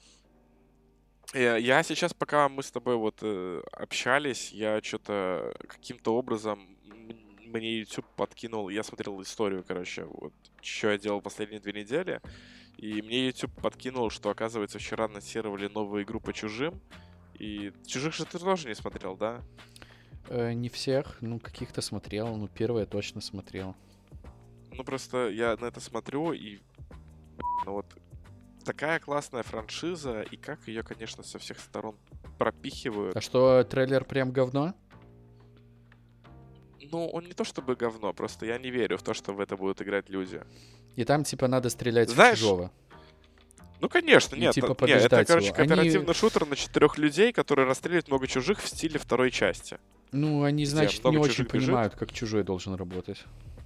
Я сейчас, пока мы с тобой вот общались, я что-то каким-то образом мне YouTube подкинул, я смотрел историю, короче, вот, что я делал последние 2 недели, и мне YouTube подкинул, что, оказывается, вчера анонсировали новую игру по Чужим, и Чужих же ты тоже не смотрел, да? Не всех, ну, каких-то смотрел, ну, первое точно смотрел. Ну, просто я на это смотрю, и, ну вот, такая классная франшиза, и как ее, конечно, со всех сторон пропихивают. А что, трейлер прям говно? Ну, он не то чтобы говно, просто я не верю в то, что в это будут играть люди. И там, типа, надо стрелять Знаешь, в чужого. Ну, конечно, И, нет. типа, Нет, это, побеждать короче, его. кооперативный шутер на 4 людей, которые расстреливают много чужих в стиле второй части. Ну, они, Где значит, много не очень чужих бежит. понимают, как чужой должен работать.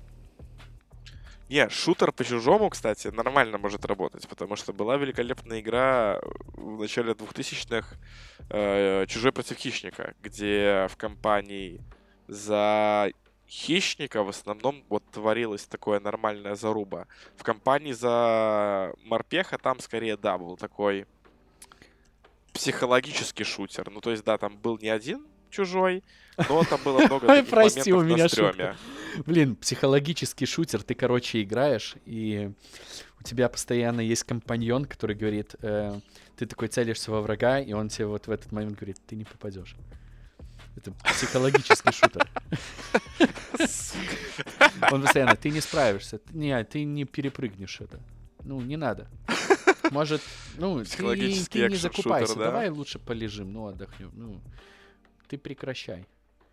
Не, шутер по чужому, кстати, нормально может работать, потому что была великолепная игра в начале 2000-х «Чужой против хищника», где в компании за хищника в основном вот творилась такое нормальная заруба. В компании за морпеха там скорее, да, был такой психологический шутер. Ну, то есть, да, там был не один чужой, но там было много таких Прости, у моментов меня на шутка. стрёме. Блин, психологический шутер. Ты, короче, играешь, и у тебя постоянно есть компаньон, который говорит, ты такой целишься во врага, и он тебе вот в этот момент говорит, ты не попадешь. Это психологический шутер. Он постоянно, ты не справишься, ты не перепрыгнешь это. Ну, не надо. Может, ну, Психологический ты не экшн-шутер, закупайся, да? давай лучше полежим, ну, отдохнем. Ну, ты прекращай.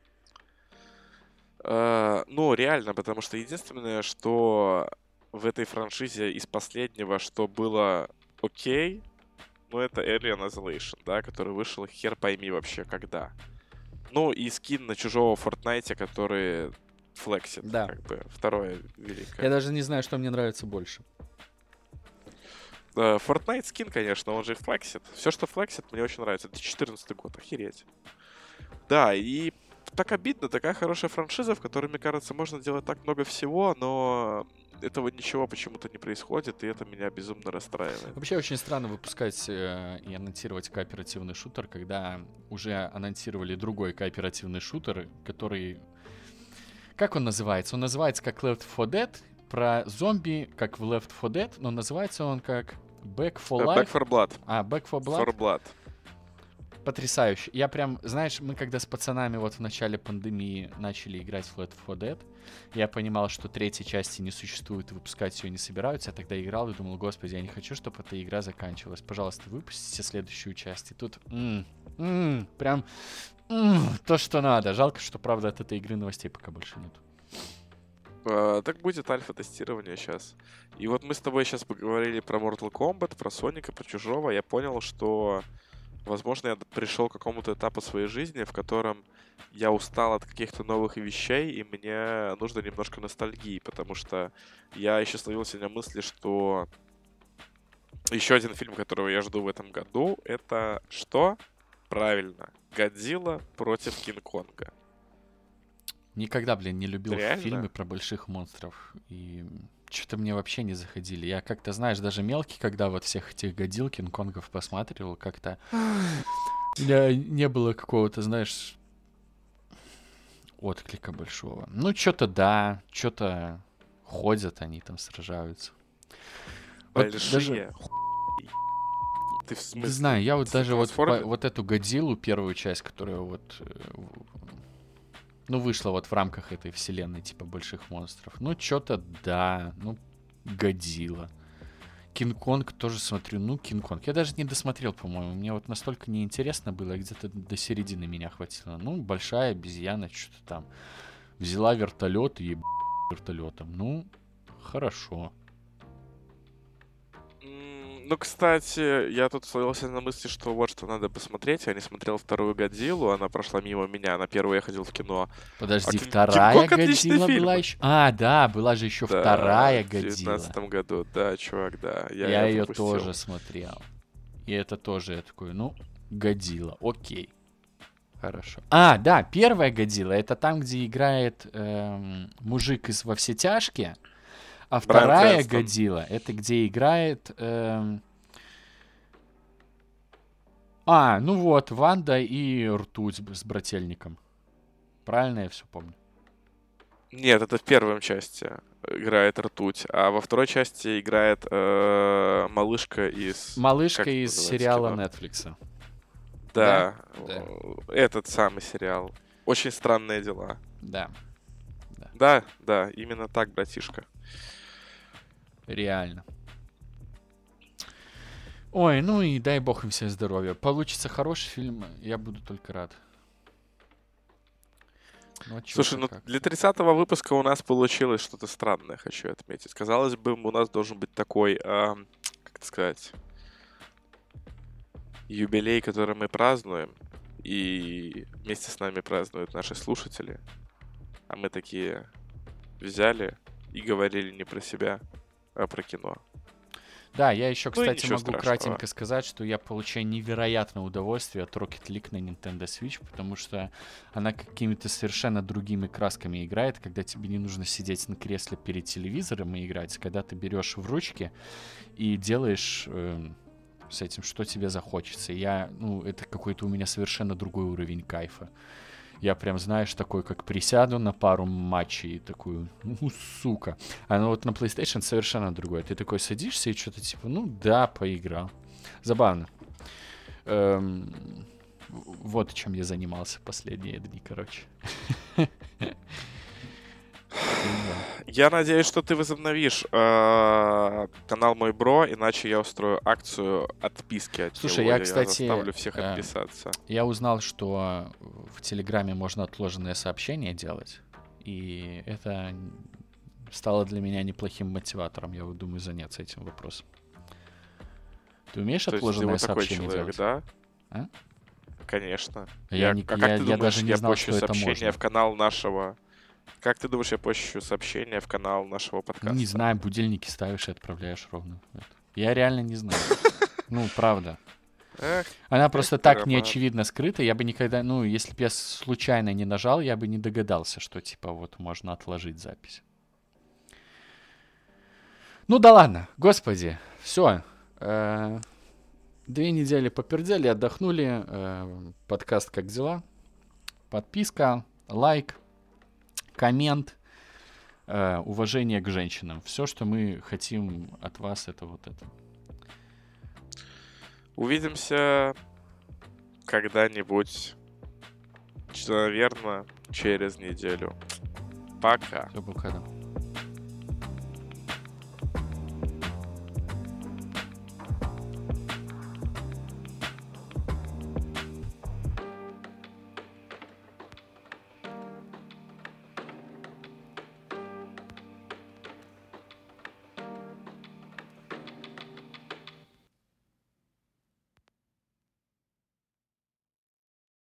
Ну, реально, потому что единственное, что в этой франшизе из последнего, что было окей, ну, это Alien Isolation, да, который вышел хер пойми вообще когда. Ну, и скин на чужого в Fortnite, который флексит, Да. как бы, второе великое. Я даже не знаю, что мне нравится больше. Fortnite скин, конечно, он же флексит. Все, что флексит, мне очень нравится. 2014 год, охереть. Да, и так обидно, такая хорошая франшиза, в которой, мне кажется, можно делать так много всего, но этого ничего почему-то не происходит, и это меня безумно расстраивает. Вообще очень странно выпускать и анонсировать кооперативный шутер, когда уже анонсировали другой кооперативный шутер, который... Как он называется? Он называется как Left 4 Dead, про зомби, как в Left 4 Dead, но называется он как Back 4 Life. Back 4 Blood. Back 4 Blood. 4 Blood. Потрясающе. Я прям, знаешь, мы когда с пацанами вот в начале пандемии начали играть в Left 4 Dead, я понимал, что третьей части не существует, и выпускать ее не собираются. Я тогда играл и думал, господи, я не хочу, чтобы эта игра заканчивалась. Пожалуйста, выпустите следующую часть. И тут прям то, что надо. Жалко, что, правда, от этой игры новостей пока больше нет. Так будет альфа-тестирование сейчас. И вот мы с тобой сейчас поговорили про Mortal Kombat, про Соника, про Чужого. Я понял, что, возможно, я пришел к какому-то этапу своей жизни, в котором я устал от каких-то новых вещей, и мне нужно немножко ностальгии, потому что я еще словил себя на мысли, что Еще один фильм, которого я жду в этом году, это что? Правильно. Годзилла против Кинг-Конга. Никогда, блин, не любил Реально? фильмы про больших монстров. И что-то мне вообще не заходили. Я как-то, знаешь, даже мелкий, когда вот всех этих Годзилл, Кинг-Конгов посматривал, как-то у меня не было какого-то, знаешь, отклика большого. Ну, что-то да, что-то ходят они там, сражаются. Вот даже, Большие. Ты в не смысле? знаю, я вот даже вот, Трансформер? вот эту Годзиллу, первую часть, которая вот, ну, вышла вот в рамках этой вселенной, типа, больших монстров. Ну, что-то да, ну, Годзилла. Кинг-Конг тоже смотрю. Ну, Кинг-Конг. Я даже не досмотрел, по-моему. Мне вот настолько неинтересно было, где-то до середины меня хватило. Ну, большая обезьяна, что-то там. Взяла вертолет и вертолетом. Ну, хорошо. Ну, кстати, я тут словился на мысли, что вот что надо посмотреть. Я не смотрел вторую Годзиллу, она прошла мимо меня. На первую я ходил в кино. Подожди, Кинг вторая Конг отличный Годзилла фильм. была еще? А, да, была же еще Да, вторая в Годзилла. 19 году. Да, чувак, да. Я ее пропустил. тоже смотрел. И это тоже я такой, ну, Годзилла, окей. Хорошо. А, да, первая Годзилла, это там, где играет мужик из «Во все тяжкие», а Брайан вторая Крэнстон. Годзилла, это где играет... ну вот, Ванда и Ртуть с брательником. Правильно я все помню? Нет, это в первой части играет Ртуть, а во второй части играет малышка из... Малышка как это из называется сериала кино? Netflix. Да, Да. этот самый сериал. Очень странные дела. Да, Да, да, именно так, братишка. реально. Ой, ну и дай бог им всем здоровья. Получится хороший фильм, я буду только рад. Ну, а Слушай, чё-то ну как. для 30-го выпуска у нас получилось что-то странное, хочу отметить. Казалось бы, у нас должен быть такой, как это сказать, юбилей, который мы празднуем, и вместе с нами празднуют наши слушатели. А мы такие взяли и говорили не про себя, а про кино. Да, я еще, Ну и кстати, ничего могу страшного. кратенько сказать, что я получаю невероятное удовольствие от Rocket League на Nintendo Switch, потому что она какими-то совершенно другими красками играет, когда тебе не нужно сидеть на кресле перед телевизором и играть, когда ты берешь в ручки и делаешь с этим, что тебе захочется. Это какой-то у меня совершенно другой уровень кайфа. Я прям, знаешь, такой, как присяду на пару матчей и такую, сука. А ну вот на PlayStation совершенно другое. Ты такой садишься и что-то типа, ну да, поиграл. Забавно. Вот чем я занимался последние дни, короче. Я надеюсь, что ты возобновишь канал Мой Бро, иначе я устрою акцию отписки от Слушай, него. я, кстати, заставлю всех отписаться. Я узнал, что в Телеграме можно отложенные сообщения делать. И это стало для меня неплохим мотиватором. Я вот думаю заняться этим вопросом. Ты умеешь То есть ты отложенные вот такой сообщения человек, делать? да? А? Конечно. Я Как ты даже думаешь, не я знал, пощу что это сообщение можно. в канал нашего... Как ты думаешь, я пощу сообщение в канал нашего подкаста? Не знаю, будильники ставишь и отправляешь ровно. Я реально не знаю. Ну, правда. Эх, Она просто так Роман. неочевидно скрыта. Я бы никогда, если бы я случайно не нажал, я бы не догадался, что типа вот можно отложить запись. Ну да ладно, господи, все. 2 недели попердели, отдохнули. Подкаст «Как дела?». Подписка, лайк, коммент, уважение к женщинам. Все, что мы хотим от вас, это вот это. Увидимся когда-нибудь, наверное, через неделю. Пока. Все, пока.